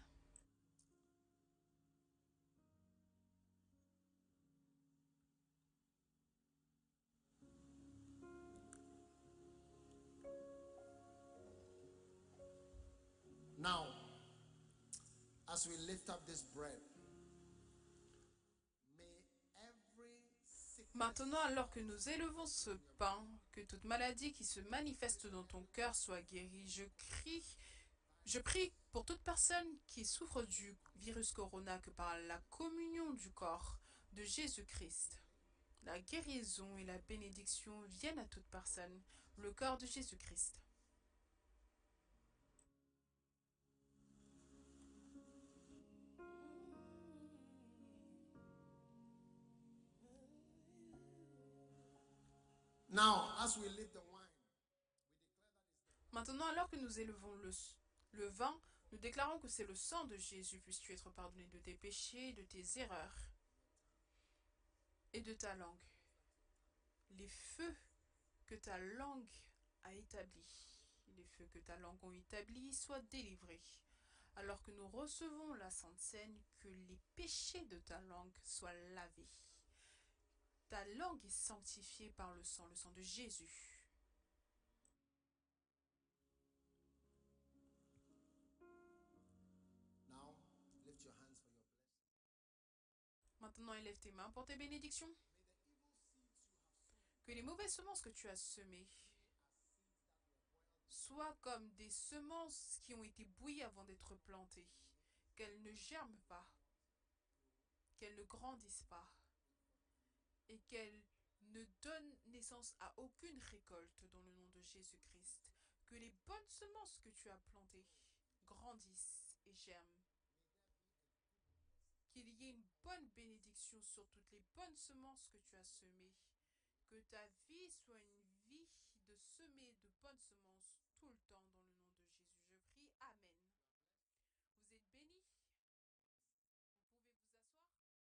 Now, as we lift up this bread, may every sickness Maintenant, alors que nous élevons ce pain, que toute maladie qui se manifeste dans ton cœur soit guérie, je prie pour toute personne qui souffre du virus corona, que par la communion du corps de Jésus-Christ, la guérison et la bénédiction viennent à toute personne, le corps de Jésus-Christ. Now, as we lift the wine, Maintenant, alors que nous élevons le vin, nous déclarons que c'est le sang de Jésus. Puisses-tu être pardonné de tes péchés, de tes erreurs et de ta langue. Les feux que ta langue a établis, les feux que ta langue a établis soient délivrés. Alors que nous recevons la Sainte Seine, que les péchés de ta langue soient lavés. Ta langue est sanctifiée par le sang de Jésus. now lift your hands for your blessing. Maintenant, élève tes mains pour tes bénédictions. Que les mauvaises semences que tu as semées soient comme des semences qui ont été bouillies avant d'être plantées. Qu'elles ne germent pas, qu'elles ne grandissent pas et qu'elles ne donnent naissance à aucune récolte dans le nom de Jésus-Christ. Que les bonnes semences que tu as plantées grandissent et germent. Qu'il y ait une bonne bénédiction sur toutes les bonnes semences que tu as semées. Que ta vie soit une vie de semer de bonnes semences tout le temps dans le nom